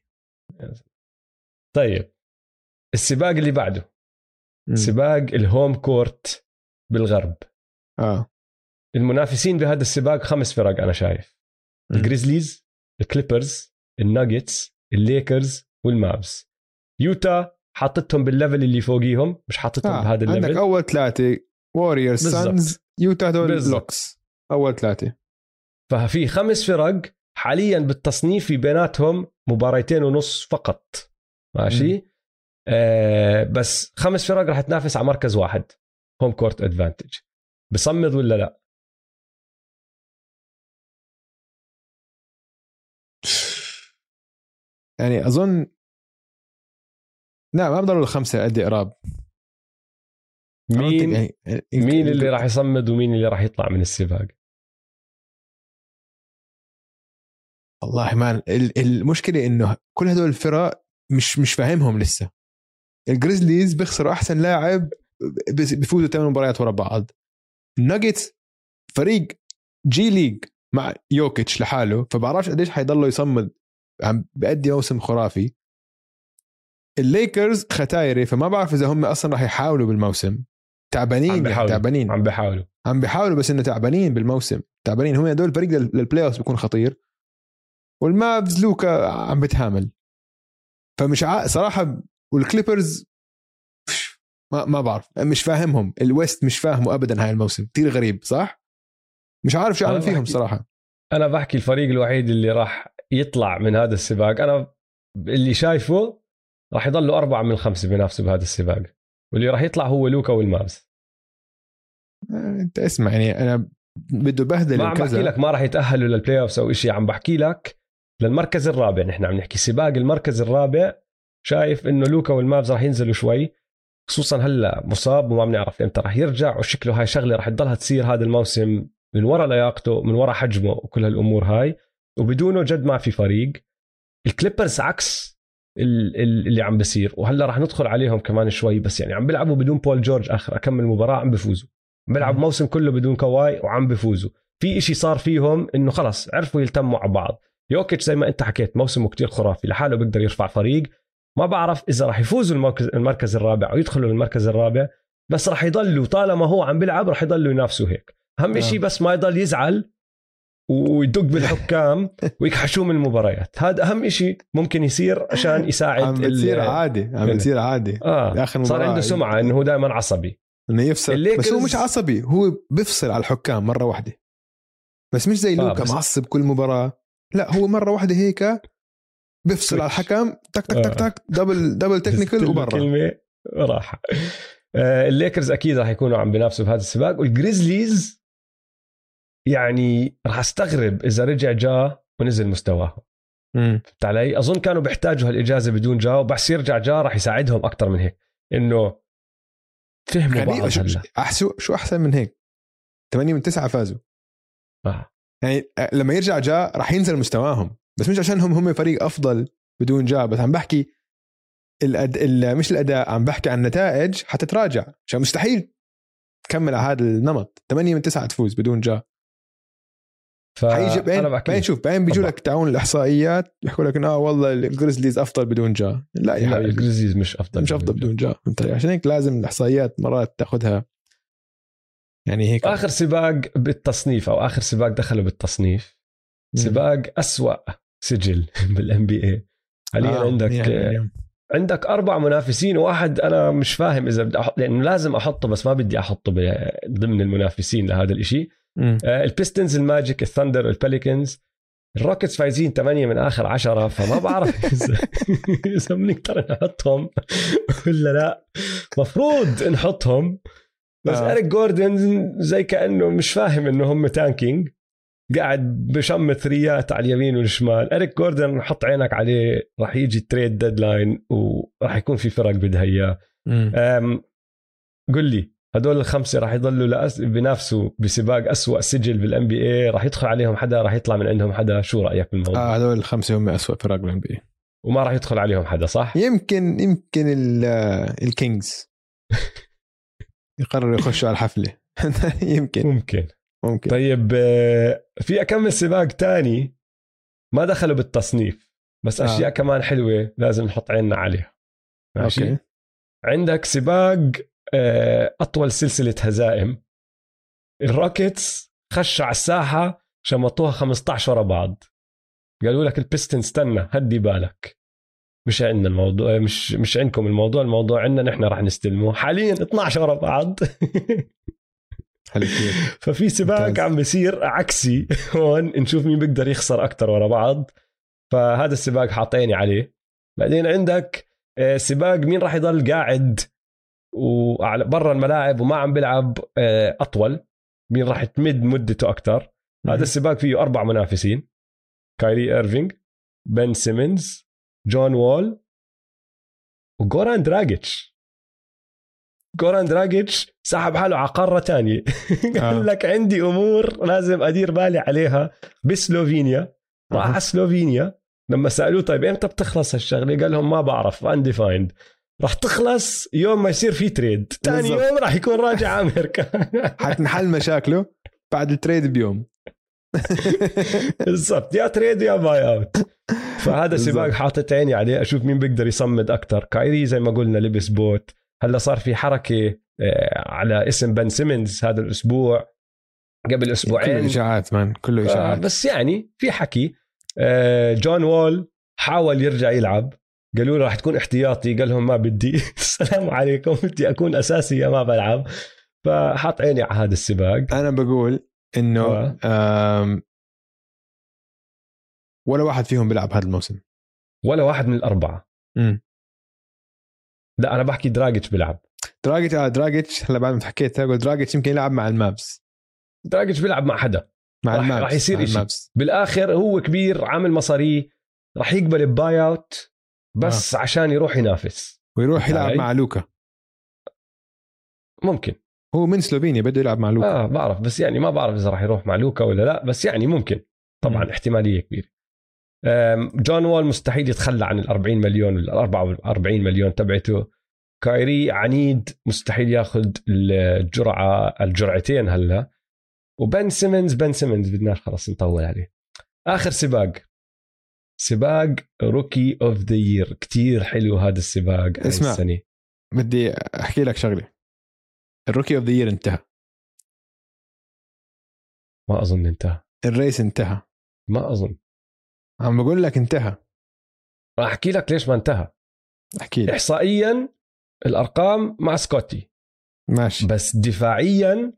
طيب السباق اللي بعده سباق الهوم كورت بالغرب. المنافسين بهذا السباق 5 فرق أنا شايف. الجريزليز، الكليبرز، الناجتس، الليكرز والمابس. يوتا حاطتهم بالليفل اللي فوقيهم، مش حاطتهم بهذا الليفل. عندك أول 3 ووريرز، سانز، يوتا دول لوكس أول 3. ففي 5 فرق حاليا بالتصنيف في بيناتهم 2.5 مباراتين فقط. ماشي. بس 5 فرق راح تنافس على مركز واحد هوم كورت ادفانتج. بصمد ولا لا؟ يعني أظن لا ما بضلوا ال5 قد قراب. مين اللي راح يصمد ومين اللي راح يطلع من السباق؟ والله مان المشكلة إنه كل هدول الفرق مش فاهمهم لسه. الجريزليز بيخسروا أحسن لاعب بيفوزوا 8 مباريات ورا بعض. الناجتس فريق جي ليج مع يوكيتش لحاله، فبعرفش قديش حيضلوا يصمد، عم بأدي موسم خرافي. الليكرز ختايري، فما بعرف إذا هم أصلا راح يحاولوا بالموسم. تعبانين عم بيحاولوا بس إنه تعبانين بالموسم، تعبانين. هم هدول الفريق للبلاي أوفز بيكون خطير. والمافز لوكا عم بتهامل، فمش صراحة. والكليبرز ما بعرف، مش فاهمهم. الويست مش فاهمه أبدا هاي الموسم، كتير غريب صح. مش عارف شو أعمل فيهم صراحة. أنا بحكي الفريق الوحيد اللي راح يطلع من هذا السباق أنا اللي شايفه راح يضلوا 4 من 5 بينافسوا بهذا السباق، واللي راح يطلع هو لوكا والمافز. انت اسمع، يعني انا بده بهدل. ما عم بحكي لك ما راح يتأهلوا للبلاي اوفز او شيء، عم بحكي لك للمركز الرابع. نحن عم نحكي سباق المركز الرابع. شايف انه لوكا والمافز راح ينزلوا شوي، خصوصا هلا مصاب وما بنعرف امتى راح يرجع، وشكله هاي شغله راح تضلها تصير هذا الموسم من وراء لياقته، من وراء حجمه وكل هالامور هاي. وبدونه جد ما في فريق. الكليبرز عكس اللي عم بيصير، وهلا راح ندخل عليهم كمان شوي. بس يعني عم بيلعبوا بدون بول جورج اخر اكمل مباراه عم بفوزوا. عم بيلعب موسم كله بدون كواي وعم بفوزوا. في إشي صار فيهم انه خلص عرفوا يلتموا على بعض. يوكيتش زي ما انت حكيت موسمه كتير خرافي لحاله، بيقدر يرفع فريق. ما بعرف اذا راح يفوزوا المركز الرابع او يدخلوا المركز الرابع، بس راح يضلوا طالما هو عم بيلعب راح يضلوا ينافسوا هيك. اهم شيء بس ما يضل يزعل ويدق بالحكام ويكحشوا من المباريات. هذا أهم إشي ممكن يصير عشان يساعد. عم بتصير عادي صار عنده سمعة إنه هو دائما عصبي، إنه يفصل. بس هو مش عصبي، هو بيفصل على الحكام مرة واحدة. بس مش زي لوكا معصب كل مباراة. لا هو مرة واحدة هيك بيفصل على الحكم، تك تك تك تك دبل تكنيكال وبرا كلمة راحة. الليكرز أكيد راح يكونوا عم بينافسوا بهذا السباق. والجريزليز يعني راح استغرب إذا رجع جا ونزل مستواه. علي أظن كانوا بيحتاجوا هالإجازة بدون جا، وبس يرجع جا راح يساعدهم أكتر من هيك، إنه فهموا بعض. شو أحسن من هيك؟ 8 من 9 فازوا. يعني لما يرجع جا راح ينزل مستواهم، بس مش عشان هم فريق أفضل بدون جا. بس عم بحكي مش الأداء، عم بحكي عن النتائج حتتراجع، عشان مستحيل تكمل على هذا النمط. 8 من 9 تفوز بدون جا. بعدين شوف بعدين بيجوا لك تعاون الاحصائيات يحكوا لك والله الجريزليز افضل بدون جا. لا يا حبيبي، الجريزليز مش افضل بدون جا. عشان هيك لازم الاحصائيات مرات تاخذها يعني هيك. اخر سباق بالتصنيف او اخر سباق دخلوا بالتصنيف سباق أسوأ سجل بالان بي اي حاليا. عندك 4 منافسين، وواحد انا مش فاهم اذا بدي احط، لانه لازم احطه بس ما بدي احطه ضمن المنافسين لهذا الاشي. البيستنز، الماجيك، الثاندر، الباليكنز، الروكيتس فايزين 8 من آخر 10، فما بعرف إذا بنقدر نحطهم ولا لا. مفروض نحطهم، بس إريك جوردن زي كأنه مش فاهم إنه هم تانكينج، قاعد بشم ثريات على اليمين والشمال. إريك جوردن حط عينك عليه، راح يجي تريد ديدلاين وراح يكون في فرق بدها إياه. قل لي هدول الخمسة راح يضلوا بنافسوا بسباق أسوأ سجل بالان بي اي؟ راح يدخل عليهم حدا؟ راح يطلع من عندهم حدا؟ شو رأيك بالموضوع؟ هدول الخمسة هم أسوأ فرق بالان بي اي، وما راح يدخل عليهم حدا صح؟ يمكن الكينجز يقرروا يخشوا على الحفلة. ممكن. طيب في أكمل سباق تاني ما دخلوا بالتصنيف، بس أشياء كمان حلوة لازم نحط عيننا عليها. ماشي. أوكي. عندك سباق أطول سلسلة هزائم، الروكيتس خشوا على الساحة شمطوها 15 ورا بعض. قالوا لك البيستن استنى هدي بالك، مش عندنا الموضوع، مش عندكم الموضوع عندنا نحن راح نستلمه. حاليا 12 ورا بعض. ففي سباق عم بيصير عكسي هون، نشوف مين بيقدر يخسر أكتر ورا بعض. فهذا السباق حاطيني عليه. بعدين عندك سباق مين راح يضل قاعد وعلى برا الملاعب وما عم بيلعب أطول، مين راح تمد مدته أكتر. هذا السباق فيه 4 منافسين: كايري إيرفينغ، بن سيمنز، جون وول، وغوران دراجيتش. غوران دراجيتش سحب حاله على قارة تانية. قال لك عندي أمور لازم أدير بالي عليها بسلوفينيا. راح على سلوفينيا، لما سألوه طيب إمتى بتخلص هالشغلة، قال لهم ما بعرف، undefined. راح تخلص يوم ما يصير في تريد، تاني يوم راح يكون راجع أمريكا. حتنحل مشاكله بعد التريد بيوم. بالضبط، يا تريد يا باي اوت. فهذا سباق حاطط عيني عليه، اشوف مين بيقدر يصمد اكتر. كايري زي ما قلنا لبس بوت، هلا صار في حركه على اسم بن سيمنز هذا الاسبوع، قبل اسبوعين كله اشاعات مان، كله اشاعات. بس يعني في حكي. جون وول حاول يرجع يلعب، قالوا له راح تكون احتياطي، قال لهم ما بدي. السلام عليكم، بدي اكون اساسي يا ما بلعب. فحط عيني على هذا السباق. انا بقول انه ولا واحد فيهم بيلعب هذا الموسم، ولا واحد من الأربعة. لا أنا بحكي دراجيتش بيلعب. دراجيتش هلا بعد ما حكيت أقول دراجيتش يمكن يلعب مع المابس. دراجيتش بيلعب مع حدا، مع المابس راح يصير إشي بالآخر. هو كبير، عامل مصاري، راح يقبل بباي اوت بس عشان يروح ينافس ويروح يلعب مع لوكا. ممكن هو من سلوفينيا بده يلعب مع لوكا. بعرف، بس يعني ما بعرف إذا راح يروح مع لوكا ولا لا، بس يعني ممكن طبعا. احتمالية كبيرة. جون وول مستحيل يتخلى عن 40 مليون ولا 44 مليون تبعته. كايري عنيد، مستحيل ياخذ الجرعتين هلا. وبن سيمنز بدناش خلاص نطول عليه. آخر سباق روكي اوف ذا يير، كتير حلو هذا السباق. اسمع السنة بدي احكي لك شغله. الروكي اوف ذا يير انتهى. ما اظن انتهى الريس، انتهى. ما اظن، عم بقول لك انتهى. راح احكي لك ليش ما انتهى. احكي لك. احصائيا الارقام مع سكوتي ماشي، بس دفاعيا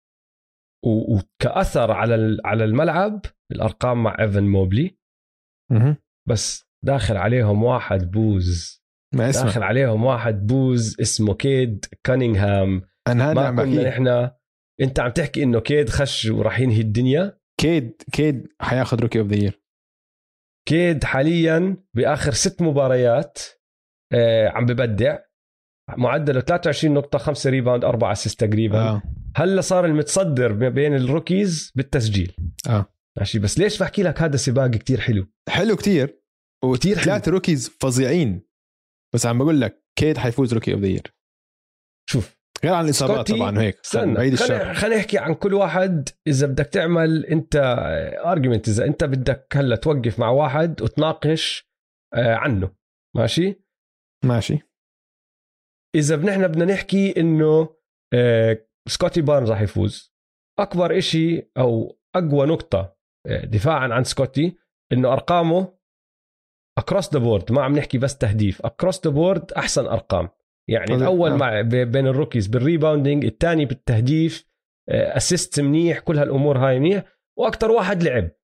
وكأثر على الملعب الارقام مع ايفن موبلي. بس داخل عليهم واحد بوز، داخل عليهم واحد بوز اسمه كيد كانينغهام. انا هذا عم بحكي. احنا انت عم تحكي انه كيد خش وراح ينهي الدنيا. كيد حياخذ روكي اوف ذا يير. كيد حاليا باخر 6 مباريات عم ببدع، معدله 23 نقطة، 5 ريباوند، 4 اسيست تقريبا. هلا صار المتصدر بين الروكيز بالتسجيل. ماشي، بس ليش بحكي لك هذا سباق كتير حلو كتير وكتير 3 روكيز فظيعين. بس عم بقول لك كيد حيفوز روكي اوف ذا يير. شوف غير عن الإصابات طبعا وهيك. خلينا نحكي عن كل واحد. إذا بدك تعمل أنت argument، إذا أنت بدك هلا توقف مع واحد وتناقش عنه، ماشي. إذا نحن بدنا نحكي إنه سكوتي بارنز راح يفوز، أكبر إشي أو أقوى نقطة دفاعا عن سكوتي إنه أرقامه across the board، ما عم نحكي بس تهديف، across the board أحسن أرقام. يعني الأول مع بين الروكيز بالريباوندينج، الثاني بالتهديف، أسيست منيح، كل هالأمور هاي منيح، وأكتر واحد لعب.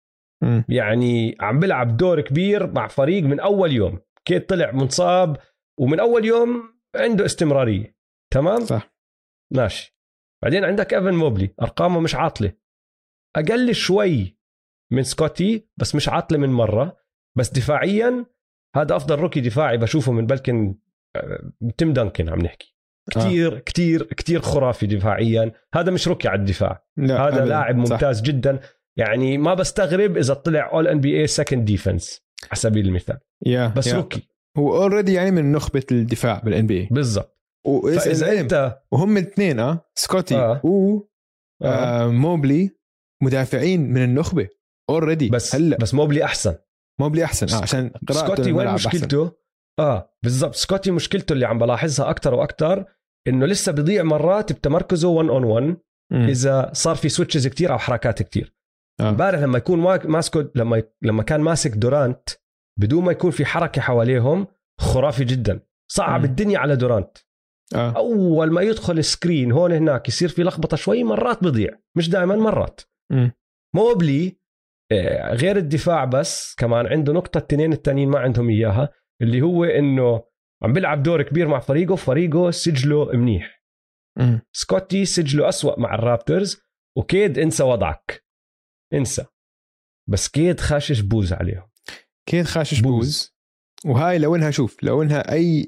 يعني عم بلعب دور كبير مع فريق من أول يوم. كيد طلع منصاب ومن أول يوم عنده استمرارية. تمام صح ماشي. بعدين عندك إيفان موبلي أرقامه مش عاطلة، أقل شوي من سكوتي بس مش عاطلة من مرة. بس دفاعيا هذا أفضل روكي دفاعي بشوفه من بلكن تيم دانكن. عم نحكي كتير كتير كتير خرافي دفاعيا. هذا مش روكي على الدفاع، هذا لاعب ممتاز صح. جدا. يعني ما بستغرب إذا طلع All NBA second defense على سبيل المثال. بس روكي هو already يعني من نخبة الدفاع بالان بي بالضبط. فإذا انت وهم الاثنين سكوتي موبلي مدافعين من النخبة already. بس موبلي أحسن عشان سكوتي وين مشكلته بالضبط. سكوتي مشكلته اللي عم بلاحظها أكتر وأكتر إنه لسه بيضيع مرات بتمركزه 1-on-1 إذا صار في سويتشز كتير أو حركات كتير. امبارح لما يكون ماسكو لما كان ماسك دورانت بدون ما يكون في حركة حواليهم خرافي جدا. صعب الدنيا على دورانت. أول ما يدخل سكرين هون هناك يصير في لخبطة شوي، مرات بضيع مش دائما مرات. موبلي غير الدفاع بس كمان عنده نقطة التنين التانيين ما عندهم إياها، اللي هو إنه عم بيلعب دور كبير مع فريقه سجله منيح. سكوتي سجله أسوأ مع الرابترز. وكيد انسى وضعك انسى، بس كيد خاشش بوز عليهم. كيد خاشش بوز. وهاي لو انها أي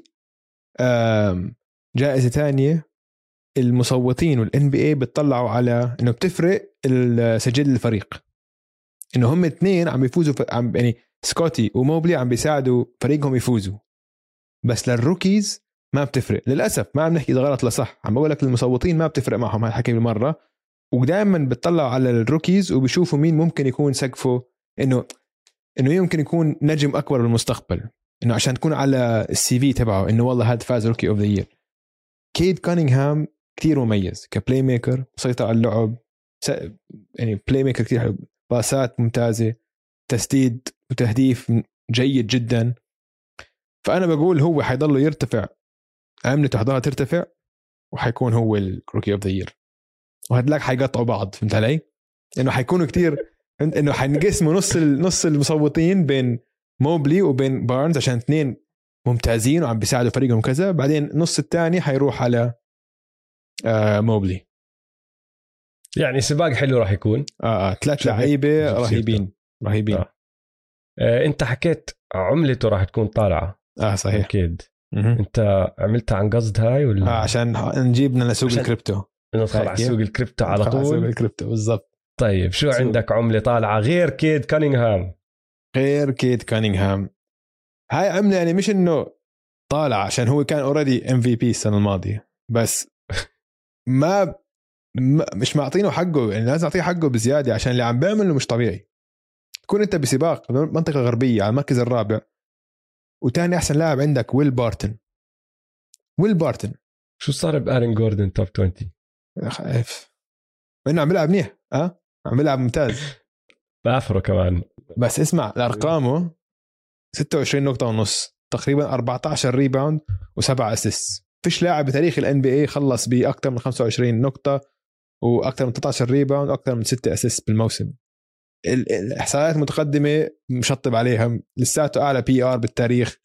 جائزة تانية المصوتين والان بي اي بتطلعوا على انه بتفرق سجل الفريق، انه هم اثنين عم يفوزوا يعني سكوتي وموبلي عم بيساعدوا فريقهم يفوزوا. بس للروكيز ما بتفرق للاسف. ما عم نحكي اذا غلط لصح، عم بقول لك المصوتين ما بتفرق معهم هالحكي بالمره. ودائما بتطلعوا على الروكيز وبيشوفوا مين ممكن يكون سقفه، انه يمكن يكون نجم اكبر بالمستقبل، انه عشان تكون على السي في تبعه انه والله هذا فاز روكي اوف ذا يير. كيد كانينغهام كتير مميز كبلاي ميكر، مسيطر على اللعب، يعني بلاي ميكر كتير حلو، باسات ممتازة، تسديد وتهديف جيد جدا. فأنا بقول هو حيضل يرتفع، عملته حضرها ترتفع وحيكون هو الروكي اوف ذا يير. وهدلاك حيقطعوا بعض، فهمت علي؟ انه حيكونوا كتير، انه حنقسموا نص المصوتين بين موبلي وبين بارنز عشان اثنين ممتازين وعم بيساعدوا فريقهم كذا. بعدين نص الثاني حيروح على موبلي. يعني سباق حلو راح يكون. 3 لعيبه رهيبين. انت حكيت عملته راح تكون طالعه. صحيح اكيد. انت عملتها عن قصد هاي ولا عشان نجيبنا لسوق الكريبتو؟ ندخل على سوق الكريبتو على طول. سوق الكريبتو بالضبط. طيب شو عندك عمله طالعه غير كيد كانينغهام؟ هاي عمله يعني مش انه طالع عشان هو كان اوريدي MVP السنه الماضيه، بس مش معطينه حقه. يعني لازم نعطيه حقه بزياده عشان اللي عم بيعمله مش طبيعي. تكون انت بسباق منطقه غربيه على المركز الرابع وتاني احسن لاعب عندك ويل بارتن. شو صار بآرن جوردن توب 20؟ خايف انه عم بيلعب منيح، عم بيلعب ممتاز بافرو كمان. بس اسمع لارقامه 26 نقطه ونص، تقريبا 14 ريباوند و7 اسيست. فيش لاعب بتاريخ الان بي اي خلص باكثر من 25 نقطه واكثر من 13 ريباوند واكثر من 6 اسيست بالموسم. الاحصائيات متقدمه مشطب عليها، لساته اعلى بي ار بالتاريخ.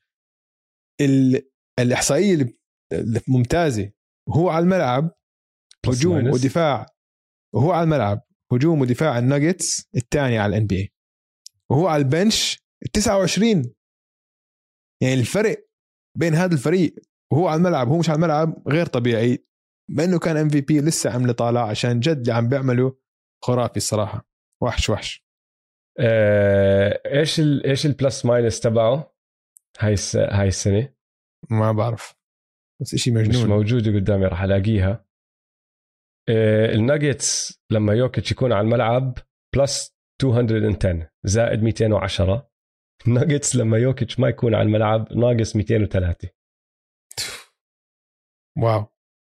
الاحصائيه ممتازه وهو على الملعب هجوم ودفاع. وهو على الملعب هجوم ودفاع الناجتس الثاني على الان بي اي، وهو على البنش 29. يعني الفرق بين هذا الفريق وهو على الملعب هو مش على الملعب غير طبيعي. بأنه كان MVP لسه عمله طالع عشان جد اللي عم بيعمله خرافي الصراحة. وحش. ايش البلس ماينس تبعه هاي السنة؟ ما بعرف، بس اشي مجنون. مش موجودة قدامي، راح الاقيها. الناجتس لما يوكيتش يكون على الملعب بلس 210 زائد 210. الناجتس لما يوكيتش ما يكون على الملعب ناقص 203. واو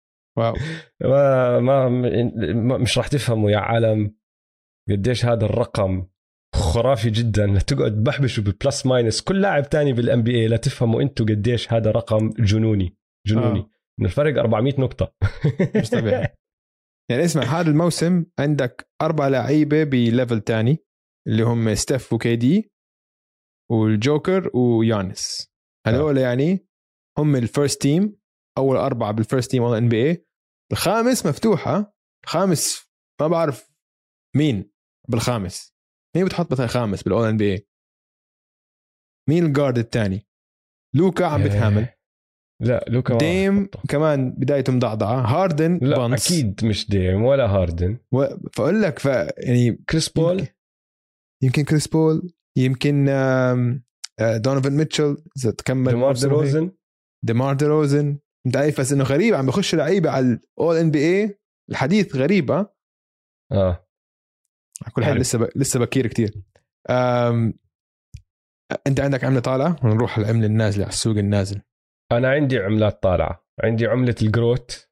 ما مش راح تفهموا يا عالم قديش هذا الرقم خرافي جدا. لتقعد بحبشوا بالبلس ماينس كل لاعب تاني بالان بي اي لا تفهموا انتوا قديش هذا رقم جنوني. من الفرق 400 نقطة. مش طبيعي. يعني اسمع، هذا الموسم عندك 4 لعيبة بليفل تاني اللي هم ستيف وكي دي والجوكر ويانس. هذول يعني هم الفيرست تيم، اول 4 بالفيرست تيم ان بي اي. الخامس مفتوحه، الخامس ما بعرف مين بالخامس، مين بتحط مثلا خامس بالاول ان بي اي؟ مين الجارد الثاني؟ لوكا عم بتهامل. لا لوكا ديم كمان بدايته مضعضعه. هاردن لا بانس. اكيد مش ديم ولا هاردن. فاقول لك يعني كريس بول يمكن كريس بول، يمكن دونوفن ميتشل اذا تكمل. ديمار دي روزن. انت عارف بس انه غريب عم بخش لعيبه على الاول ان بي اي الحديث غريبه. كل حال لسه بكير كتير. انت عندك عمله طالعه، ونروح على العمله النازله على السوق النازل. انا عندي عملات طالعه، عندي عمله الجروت.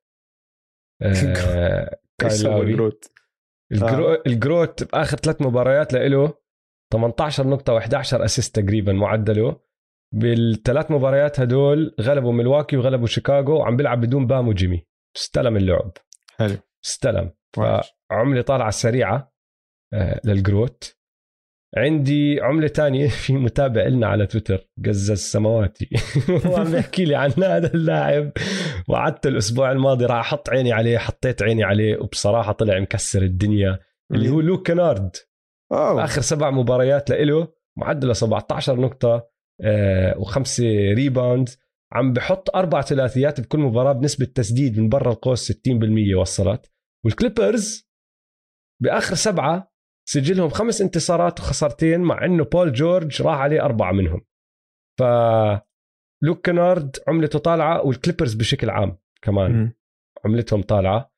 كايل لاوري. الجروت باخر 3 مباريات له 18 نقطه و11 اسيست تقريبا معدله. بالثلاث مباريات هدول غلبوا ميلواكي وغلبوا شيكاغو، وعم بيلعب بدون بام وجيمي. استلم اللعب. حلو استلم. فعمله طالعه سريعه للجروت. عندي عملة تانية في متابع لنا على تويتر قزز السماواتي هو عم بيحكي لي عن هذا اللاعب، وعدت الأسبوع الماضي راح أحط عيني عليه، حطيت عيني عليه وبصراحة طلع مكسر الدنيا. اللي هو لوك كنارد. آخر 7 مباريات لإله معدله 17 نقطة و5 ريباوند. عم بحط 4 ثلاثيات بكل مباراة بنسبة تسديد من برا القوس 60% وصلت. والكليبرز بآخر 7 سجلهم 5 انتصارات وخسارتين، مع انه بول جورج راح عليه 4 منهم. فلوك كنارد عملته طالعه، والكليبرز بشكل عام كمان عملتهم طالعه.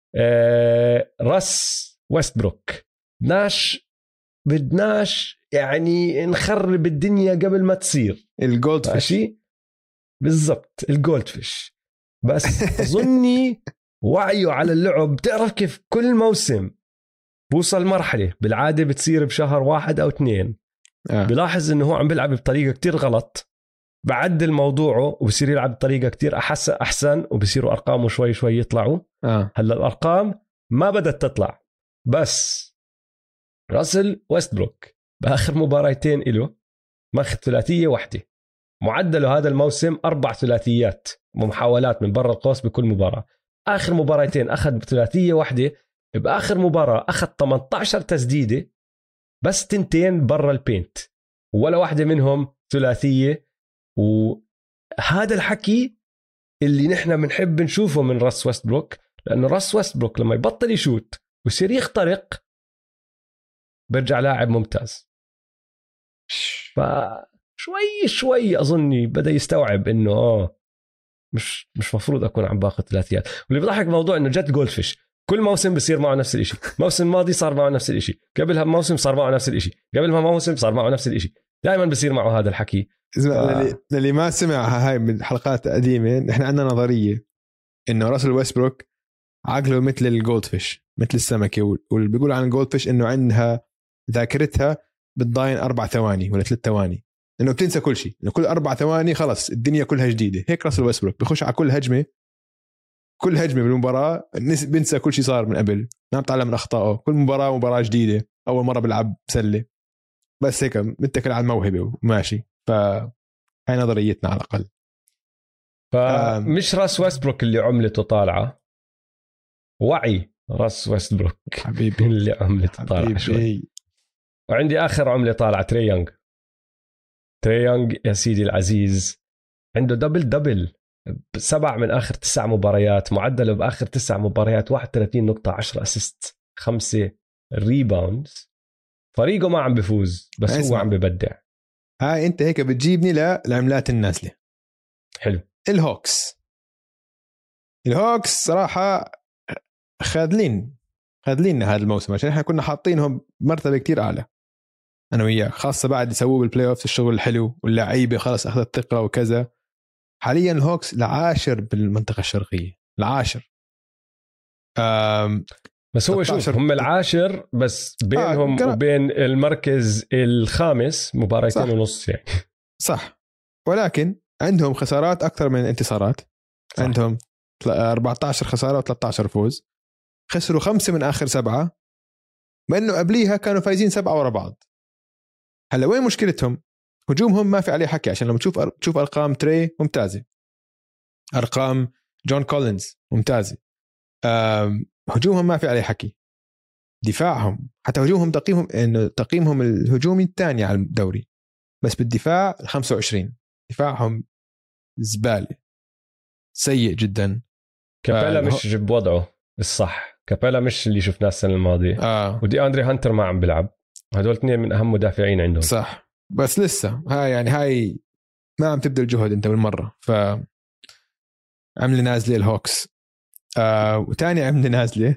راس ويستبروك بدناش يعني نخرب الدنيا قبل ما تصير. الجولد فيش بالضبط، الجولد فيش. بس اظني وعيه على اللعب. بتعرف كيف كل موسم بوصل مرحلة بالعادة بتصير بشهر 1 أو 2 بلاحظ إنه هو عم بيلعب بطريقة كتير غلط، بعدل موضوعه وبصير يلعب بطريقة كتير أحسن، وبصيروا أرقامه شوي شوي يطلعوا. هلا الأرقام ما بدأت تطلع، بس راسل ويستبروك بآخر مباراتين إله ماخذ ثلاثية واحدة. معدله هذا الموسم 4 ثلاثيات ومحاولات من برا القوس بكل مباراة. آخر مباراتين أخذ ثلاثية واحدة. بآخر مباراة أخذ 18 تسديدة، بس 2 برا البينت، ولا واحدة منهم ثلاثية. وهذا الحكي اللي نحن بنحب نشوفه من راس ويستبروك، لأنه راس ويستبروك لما يبطل يشوت ويصير يخترق برجع لاعب ممتاز. فشوي أظني بدأ يستوعب إنه مش مفروض أكون عم باخذ ثلاثيات. واللي بضحك موضوع إنه جت جولدفيش كل موسم بصير معه نفس الاشي. موسم الماضي صار معه نفس الاشي، قبلها موسم صار معه نفس الاشي، قبلها موسم صار معه نفس الاشي. دائما بصير معه هذا الحكي. اللي ما سمع هاي من الحلقات القديمة، نحن عندنا نظرية إنه راسل ويستبروك عقله مثل الجولدفيش، مثل السمكة. واللي بيقول عن الجولدفيش إنه عندها ذاكرتها بتضاين 4 ثواني ولا 3 ثواني، إنه بتنسى كل شيء، إنه كل 4 ثواني خلص الدنيا كلها جديدة. هيك راسل ويستبروك بيخش على كل هجمة بالمباراة بنسى كل شيء صار من قبل، ما بتعلم من أخطائه. كل مباراة جديدة، أول مرة بلعب سلة، بس هيك متكل على الموهبة وماشي. فهي نظريتنا على الأقل. فمش راس ويستبروك اللي عملته طالعة، وعي راس ويستبروك حبيبي اللي عملته طالعة شوي. وعندي آخر عملة طالعة تري يونغ يا سيدي العزيز، عنده دبل 7 من آخر 9 مباريات، معدله بآخر 9 مباريات 31 نقطة، 10 أسيست، 5 ريباوندز. فريقه ما عم بفوز، بس هو عم ببدع. هاي أنت هيك بتجيبني للعملات النازلة. حلو. الهوكس صراحة خاذلين هذا الموسم، عشان احنا كنا حاطينهم مرتبة كتير أعلى أنا وياه، خاصة بعد يسووا بالبلاي أوف الشغل الحلو واللعيبة خلاص أخذت ثقة وكذا. حاليا الهوكس العاشر بالمنطقة الشرقية، العاشر. بس هو شوف هم العاشر، بس بينهم وبين المركز الخامس مباراتين ونص يعني. صح، ولكن عندهم خسارات أكثر من انتصارات. صح. عندهم 14 خسارة و13 فوز. خسروا 5 من آخر 7 ما انه قبليها كانوا فايزين 7 ورا بعض. هلا وين مشكلتهم؟ هجومهم ما في عليه حكي، عشان لما تشوف ارقام تري ممتازه، ارقام جون كولينز ممتازه، هجومهم ما في عليه حكي. دفاعهم حتى هجومهم تقييمهم الهجومي الثاني على الدوري، بس بالدفاع 25. دفاعهم زباله، سيء جدا. كابيلا مش بوضعه الصح، كابيلا مش اللي شفناه السنه الماضيه. ودي اندري هانتر ما عم بيلعب، هدول اثنين من اهم مدافعين عندهم. صح، بس لسه هاي ما عم تبذل جهد انت بالمره. ف عمل نازله الهوكس. وتاني عمل نازله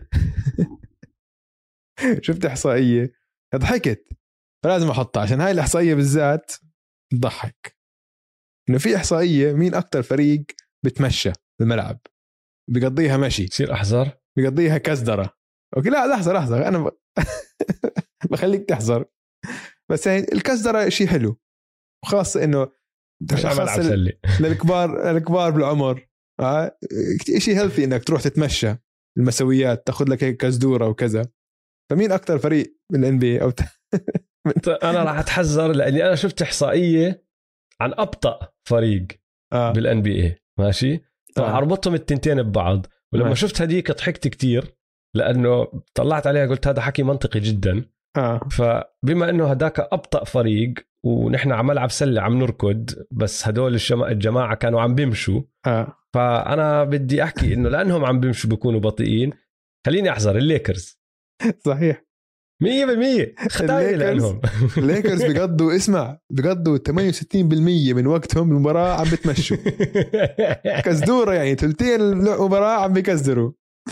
شفت احصائيه ضحكت، فلازم احطها عشان هاي الاحصائيه بالذات تضحك. انه في احصائيه مين اكتر فريق بتمشى بالملعب، بيقضيها مشي، يصير احذر، بيقضيها كزدره. اوكي لا احذر انا بخليك تحذر، بس يعني الكزدره شيء حلو، وخاصه انه مش عم العب سله الكبار بالعمر. شيء هيلثي انك تروح تتمشى المسويات، تاخذ لك هيك كزدوره وكذا. فمين اكتر فريق بالان بي او انا راح اتحذر لاني انا شفت احصائيه عن ابطا فريق بالان بي اي، ماشي؟ راح اربطهم التنتين ببعض، ولما ماشي. شفت هديك ضحكت كتير لانه طلعت عليها قلت هذا حكي منطقي جدا. فبما انه هداك ابطا فريق ونحن عم نلعب سله عم نركض، بس هدول الجماعه كانوا عم بيمشوا، فانا بدي احكي انه لانهم عم بيمشوا بيكونوا بطيئين، خليني احذر الليكرز. صحيح 100% خدايا لانهم الليكرز بيقضوا 68% من وقتهم بالمباراه عم بتمشوا كزدوره، يعني ثلثين المباراه عم بيكزدروا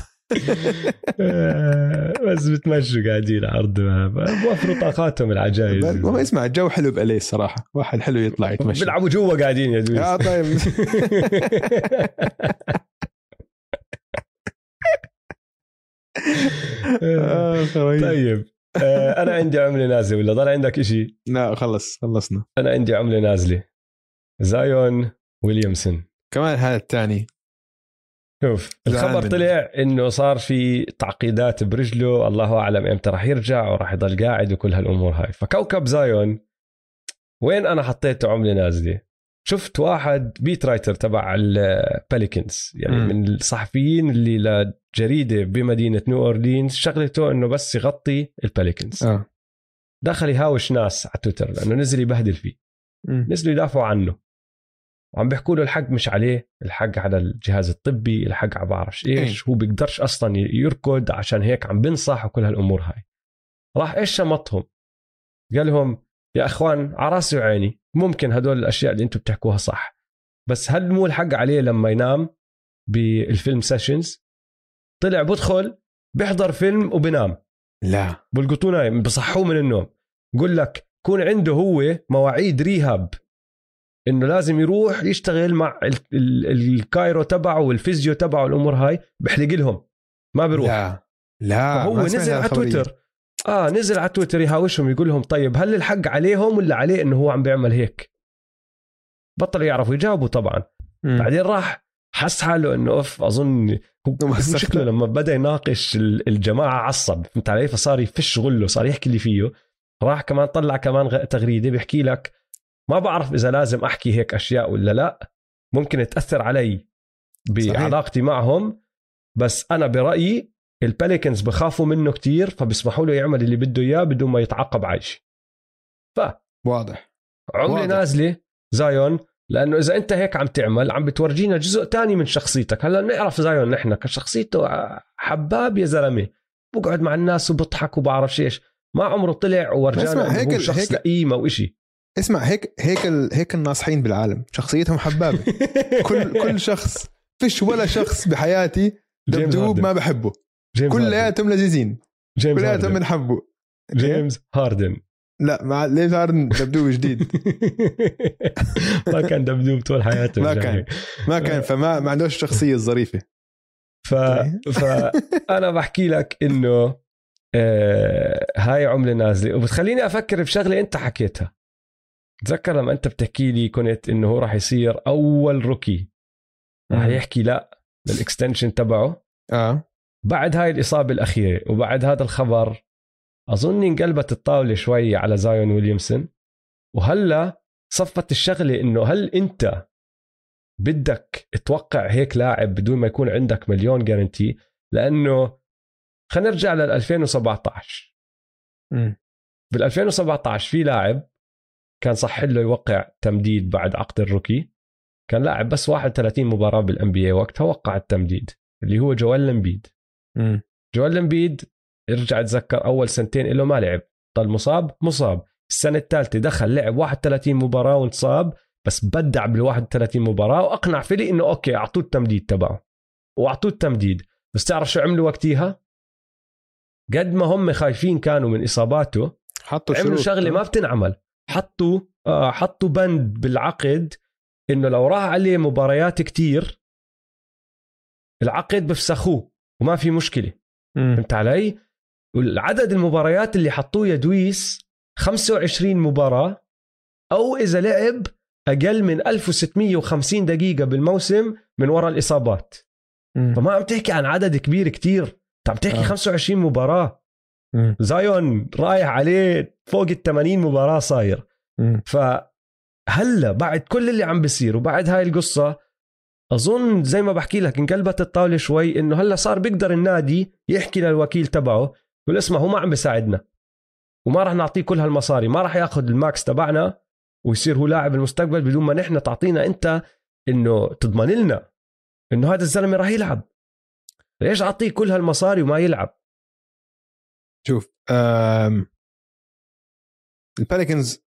بس بتمشوا قاعدين عرض، بوفروا طاقاتهم العجائز. ما اسمع الجو حلو بقليه الصراحه، واحد حلو يطلع يتمشى، بيلعبوا جوا قاعدين يا دويس. طيب طيب انا عندي عمله نازله ولا ضل عندك إشي؟ لا خلصنا. انا عندي عمله نازله، زايون ويليامسون. كمان هذا الثاني. شوف الخبر طلع انه صار في تعقيدات برجله، الله اعلم امتى راح يرجع وراح يضل قاعد وكل هالامور هاي. فكوكب زايون وين انا حطيته عمله نازله؟ شفت واحد بيت رايتر تبع الباليكنز، يعني من الصحفيين اللي لجريدة بمدينة نيو أورلينز، شغلته إنه بس يغطي الباليكنز. دخل يهاوش ناس على تويتر لأنه نزل يبهدل فيه. نزلوا يدافعوا عنه وعم بيحكوا له الحق مش عليه، الحق على الجهاز الطبي، الحق على بعرفش إيش، هو بيقدرش أصلا يركض عشان هيك عم بنصح وكل هالأمور هاي. راح إيش شمطهم، قال لهم يا أخوان عراسي وعيني، ممكن هدول الأشياء اللي أنتم بتحكوها صح، بس هل مو الحق عليه لما ينام بالفيلم سيشنز؟ طلع بدخل بيحضر فيلم وبنام، لا بلقطوه نايم بصحوه من النوم. قل لك كون عنده هو مواعيد ريهاب إنه لازم يروح يشتغل مع الكايرو تبعه والفيزيو تبعه الأمور هاي، بحلق لهم ما بيروح. لا هو نزل على تويتر نزل على تويتر يهاوشهم يقول لهم طيب هل الحق عليهم ولا عليه انه هو عم بيعمل هيك؟ بطل يعرفوا يجاوبوا طبعا. بعدين راح حس حاله انه اظن هو شكله لما بدا يناقش الجماعه عصب، فهمت علي؟ فصار يفش غله، صار يحكي اللي فيه. راح كمان طلع كمان تغريده بيحكي لك ما بعرف اذا لازم احكي هيك اشياء ولا لا، ممكن تاثر علي بعلاقتي معهم، بس انا برايي الباليكنز بخافوا منه كتير فبيسمحوا له يعمل اللي بده اياه بدون ما يتعاقب عايش. واضح عملة نازلة زايون، لأنه إذا أنت هيك عم تعمل عم بتورجينا جزء تاني من شخصيتك. هلا نعرف زايون نحن كشخصيته حباب يا زلمة، بقعد مع الناس وبضحك وبعرف ايش، ما عمره طلع وورجانا هيك شخص لئيم أو إشي. اسمع هيك الناصحين بالعالم شخصيتهم حبابة. كل شخص، فيش ولا شخص بحياتي دبدوب ما بحبه، كلياتهم لذيذين، كلياتهم بنحبه. جيمس هاردن لا مع جيمس هاردن دبدوب جديد ما كان دبدوب طول حياته، ما كان فما عندوش شخصية ظريفة. فأنا بحكي لك إنه هاي عملة نازلة، وبتخليني أفكر بشغلة أنت حكيتها. تذكر لما أنت بتحكي لي كنت إنه هو راح يصير أول روكي راح يحكي لا للإكستنشن تبعه بعد هاي الإصابة الأخيرة وبعد هذا الخبر أظن انقلبت الطاولة شوي على زايون ويليامسون، وهلا صفت الشغلة إنه هل أنت بدك توقع هيك لاعب بدون ما يكون عندك مليون جارنتي؟ لأنه خلينا نرجع لل 2017. بال 2017 في لاعب كان صح له يوقع تمديد بعد عقد الروكي، كان لاعب بس 31 مباراة بالان بي اي وقتها وقع التمديد، اللي هو جوال امبيد. جوال امبيد ارجع اتذكر اول سنتين له ما لعب، ضل مصاب. السنة الثالثة دخل لعب 31 مباراة وانصاب، بس بدع بال 31 مباراة واقنع فيلي انه اوكي اعطوه التمديد تبعه، واعطوه التمديد. بس تعرف شو عملوا وقتها؟ قد ما هم خايفين كانوا من اصاباته، عملوا شغلة ما بتنعمل. حطوا بند بالعقد انه لو راح عليه مباريات كتير العقد بفسخوه وما في مشكلة. فهمت علي؟ والعدد المباريات اللي حطوه يا دويس 25 مباراة، او اذا لعب اقل من 1650 دقيقة بالموسم من وراء الاصابات. فما عم تحكي عن عدد كبير كتير، عم تحكي 25 مباراة. زايون رايح عليه فوق 80 مباراة صاير. فهلا بعد كل اللي عم بيصير وبعد هاي القصة، أظن زي ما بحكي لك انقلبت الطاولة شوي، إنه هلا صار بيقدر النادي يحكي للوكيل تبعه يقول اسمع هو ما عم بيساعدنا وما راح نعطيه كل هالمصاري، ما راح ياخذ الماكس تبعنا ويصير هو لاعب المستقبل بدون ما نحن تعطينا أنت إنه تضمن لنا إنه هذا الزلمة راح يلعب. ليش أعطيه كل هالمصاري وما يلعب؟ شوف الباليكنز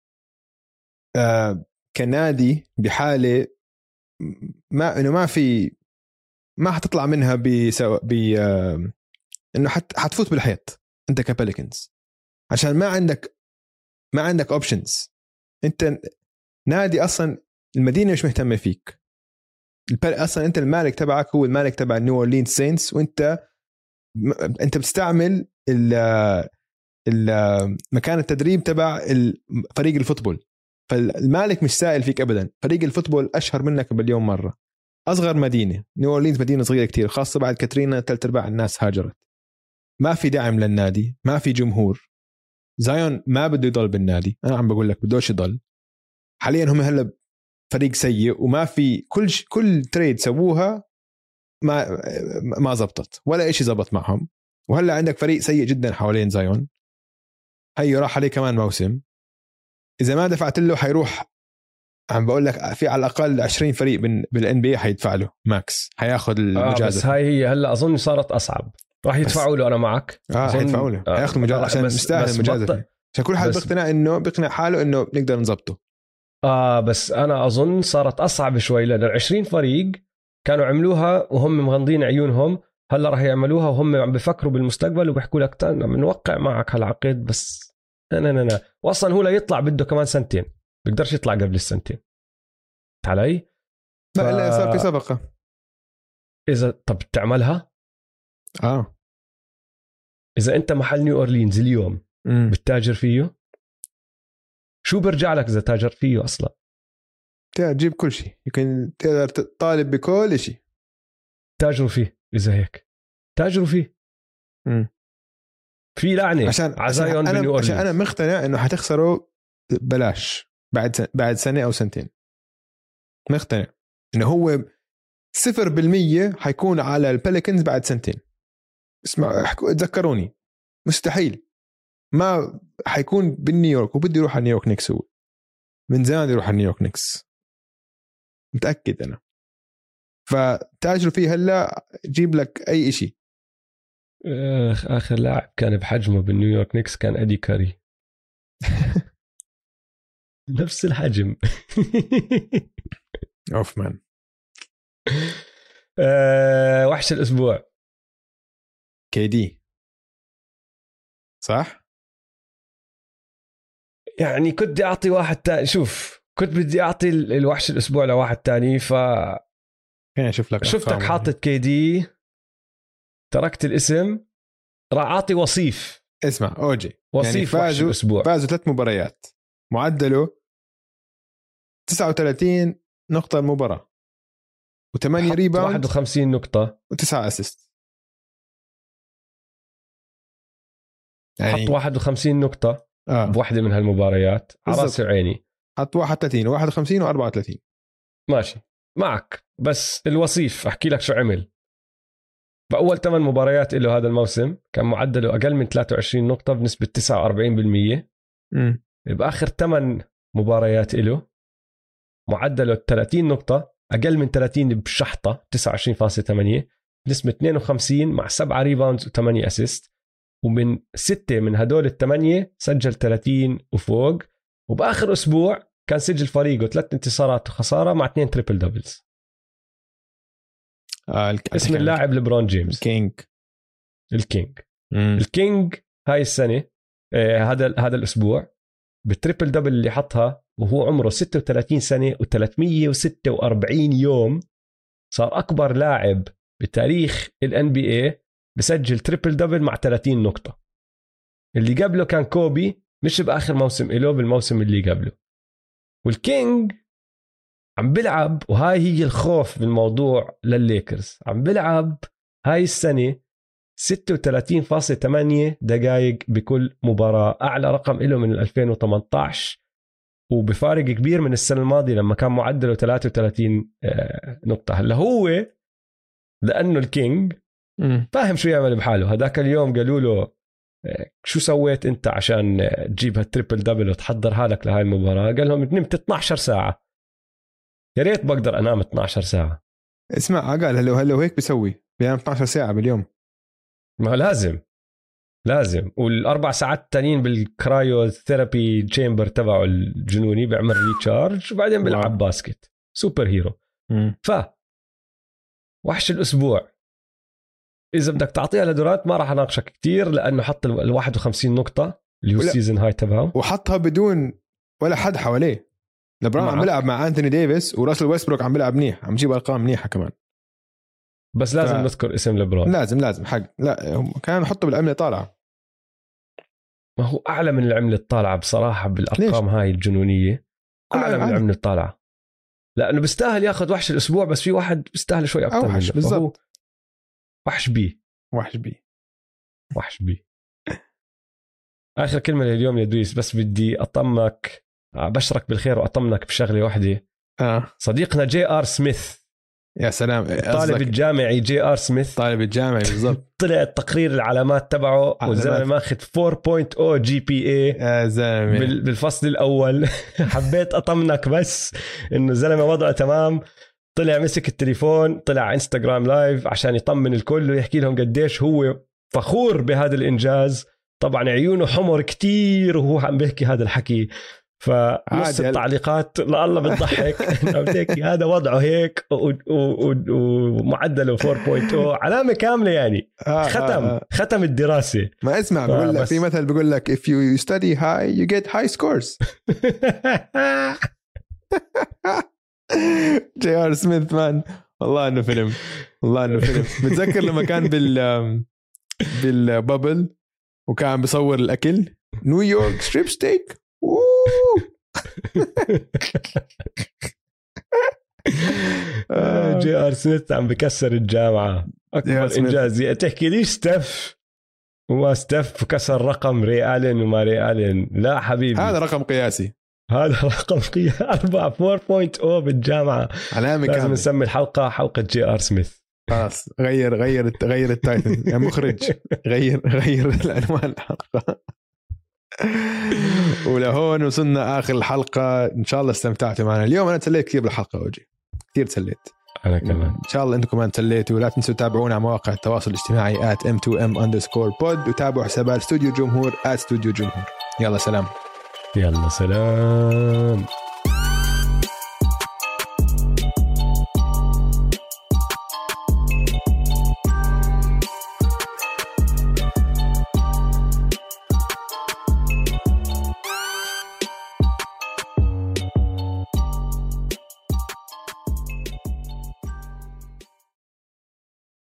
كنادي بحالة ما إنه ما حتطلع منها إنه حتفوت بالحيط أنت كباليكنز، عشان ما عندك أوبشنز. أنت نادي أصلا المدينة مش مهتمة فيك أصلا. أنت المالك تبعك هو المالك تبع نيو أورلينز سينتس، وأنت بتستعمل مكان التدريب تبع فريق الفوتبول. فالمالك مش سائل فيك أبدا. فريق الفوتبول أشهر منك باليوم مرة. أصغر مدينة نيو أورلينز مدينة صغيرة كتير، خاصة بعد كاترينا 3/4 الناس هاجرت. ما في دعم للنادي، ما في جمهور. زايون ما بده يضل بالنادي، أنا عم بقول لك بدوش يضل. حاليا هم هلا فريق سيء وما في كل تريد سووها ما زبطت ولا إشي زبط معهم. وهلا عندك فريق سيء جدا حوالين زايون. هي راح عليه كمان موسم، إذا ما دفعت له حيروح. عم بقول لك في على الأقل 20 فريق بالان بي حيدفع له ماكس، حياخذ المجازفة. بس هاي هي هلا أظن صارت أصعب. راح يدفعوا له. أنا معك. حيدفعوا له، حياخذ مجازفة عشان مستاهل المجازفة. عشان كل حد بيقتنع حاله إنه بنقدر نزبطه. بس أنا أظن صارت أصعب شوي، لأن 20 فريق كانوا عملوها وهم مغمضين عيونهم. هلا راح يعملوها وهم عم بفكروا بالمستقبل وبيحكوا لك بنوقع معك هالعقد. بس لا واصلا هو لا يطلع بده كمان 2 سنين، بيقدرش يطلع قبل السنتين علي. لا صار في صفقة. إذا طب تعملها إذا أنت محل نيو أورلينز اليوم بتتاجر فيه، شو برجع لك إذا تاجر فيه أصلا؟ تجيب كل شيء، يمكن تقدر تطالب بكل شيء. تاجروا فيه. إذا هيك تاجروا فيه. في لعنة عشان أنا مقتنع إنه حتخسروا بلاش بعد سنة أو سنتين. مقتنع إنه هو 0% حيكون على الباليكنز بعد سنتين. اسمع تذكروني، مستحيل ما حيكون بالنيويورك. وبدي يروح على نيويورك نيكس، هو من زمان يروح على نيويورك نيكس، متأكد أنا. فتاجروا فيه هلا، جيب لك أي إشي. آخر لاعب كان بحجمه بالنيويورك نيكس كان أدي كاري. نفس الحجم. أوف مان. وحش الأسبوع KD صح؟ يعني كنت بدي أعطي واحد تاني. شوف كنت بدي أعطي الوحش الأسبوع لواحد تاني، شفتك حاطط KD، تركت الاسم، راح أعطي وصيف. اسمع أوجي، وصيف يعني وحش الأسبوع. فازوا 3 مباريات، معدله 39 نقطة المباراة، و8 ريباوند، 51 نقطة، و9 أسيست. حط 51 نقطة بواحدة من هالمباريات على راسي وعيني. حط 31 و51 و34 ماشي معك. بس الوصيف أحكي لك شو عمل. بأول 8 مباريات له هذا الموسم كان معدله أقل من 23 نقطة بنسبة 49%. بآخر 8 مباريات له معدله 30 نقطة أقل من 30 بشحطة 29.8 بنسبة 52 مع 7 ريباوندز و8 أسيست. ومن 6 من هدول ال8 سجل 30 وفوق. وبآخر أسبوع كان سجل فريقه 3 انتصارات وخسارة مع 2 تريبل دبلز. اسم اللاعب لبرون جيمس. الكينج هاي السنة هذا الأسبوع بالتريبل دبل اللي حطها وهو عمره 36 سنة و346 يوم صار أكبر لاعب بتاريخ NBA بسجل تريبل دبل مع 30 نقطة. اللي قبله كان كوبي مش بآخر موسم إله بالموسم اللي قبله. والكينج عم بلعب وهاي هي الخوف بالموضوع للليكرز. عم بلعب هاي السنة 36.8 دقائق بكل مباراة أعلى رقم إله من 2018 وبفارق كبير من السنة الماضية لما كان معدله 33 نقطة. هلا هو لأنه الكينج فاهم شو يعمل بحاله. هداك اليوم قالوا له شو سويت أنت عشان تجيب هالتريبل دبل وتحضر حالك لهاي المباراة؟ قال لهم نمت 12 ساعة. يا ريت بقدر أنام 12 ساعة. اسمع قال هلو هيك بيسوي بينام 12 ساعة باليوم. ما لازم والأربع ساعات التانيين بالكرايو ثيرابي تشامبر تبعه الجنوني بيعمل ريتشارج وبعدين بيلعب باسكت. سوبر هيرو. وحش الأسبوع إذا بدك تعطيها لدورانت ما راح أناقشك كتير لأنه حط 51 نقطة اللي هو السيزن هاي تبعه وحطها بدون ولا حد حواليه. لبران عم بيلعب مع أنتوني ديفيس وراسل ويستبروك عم بيلعب منيح، عم يجيب أرقام منيحة كمان. بس لازم نذكر اسم لبران. لازم حق. لا هم كانوا يحطوا بالعملة طالعة. ما هو أعلى من العملة الطالعة بصراحة بالأرقام هاي الجنونية. أعلى من العملة الطالعة لأنه بيستاهل ياخد وحش الأسبوع. بس في واحد بيستاهل شوي أكتر منه. بالضبط. وحش بي. آخر كلمة لليوم يا دويس. بس بدي أطمنك بشرك بالخير وأطمنك بشغلة واحدة. صديقنا جي آر سميث. يا سلام. طالب الجامعي جي آر سميث. طالب الجامعي بالضبط. طلع التقرير العلامات تبعه والزلمة ماخذ 4.0 GPA يا زلمة بالفصل الأول. حبيت أطمنك بس إنه الزلمة وضعه تمام. طلع مسك التليفون طلع انستغرام لايف عشان يطمن الكل ويحكي لهم قديش هو فخور بهذا الإنجاز. طبعا عيونه حمر كتير وهو عم بيحكي هذا الحكي. فنص التعليقات الله بتضحك. هذا وضعه هيك ومعدله 4.0 علامة كاملة يعني. ختم الدراسة. ما اسمع بقول لك في مثل بقول لك if you study high you get high scores. جي آر سميث مان والله انه فيلم. بتذكر لما كان بالبابل وكان بيصور الأكل نيويورك ستريب ستيك. جي آر سميث عم بكسر الجامعة. أكبر إنجاز. تحكي ليش ستيف وما ستيف كسر رقم ري آلين وما ري آلين؟ لا حبيبي هذا رقم قياسي. 4.0 بالجامعة. لازم نسمي الحلقة حلقة جي آر سميث. خلاص غير التايتل يا مخرج. غير العنوان الحلقة. ولهون وصلنا آخر الحلقة. إن شاء الله استمتعتوا معنا اليوم. أنا تسليت كثير بالحلقة وجي كثير تسليت. أنا كمان. إن شاء الله أنتم كمان تسليتوا. ولا تنسوا تتابعونا على مواقع التواصل الاجتماعي @m2m_pod وتابعوا حسابات استوديو جمهور @studio جمهور. يلا سلام.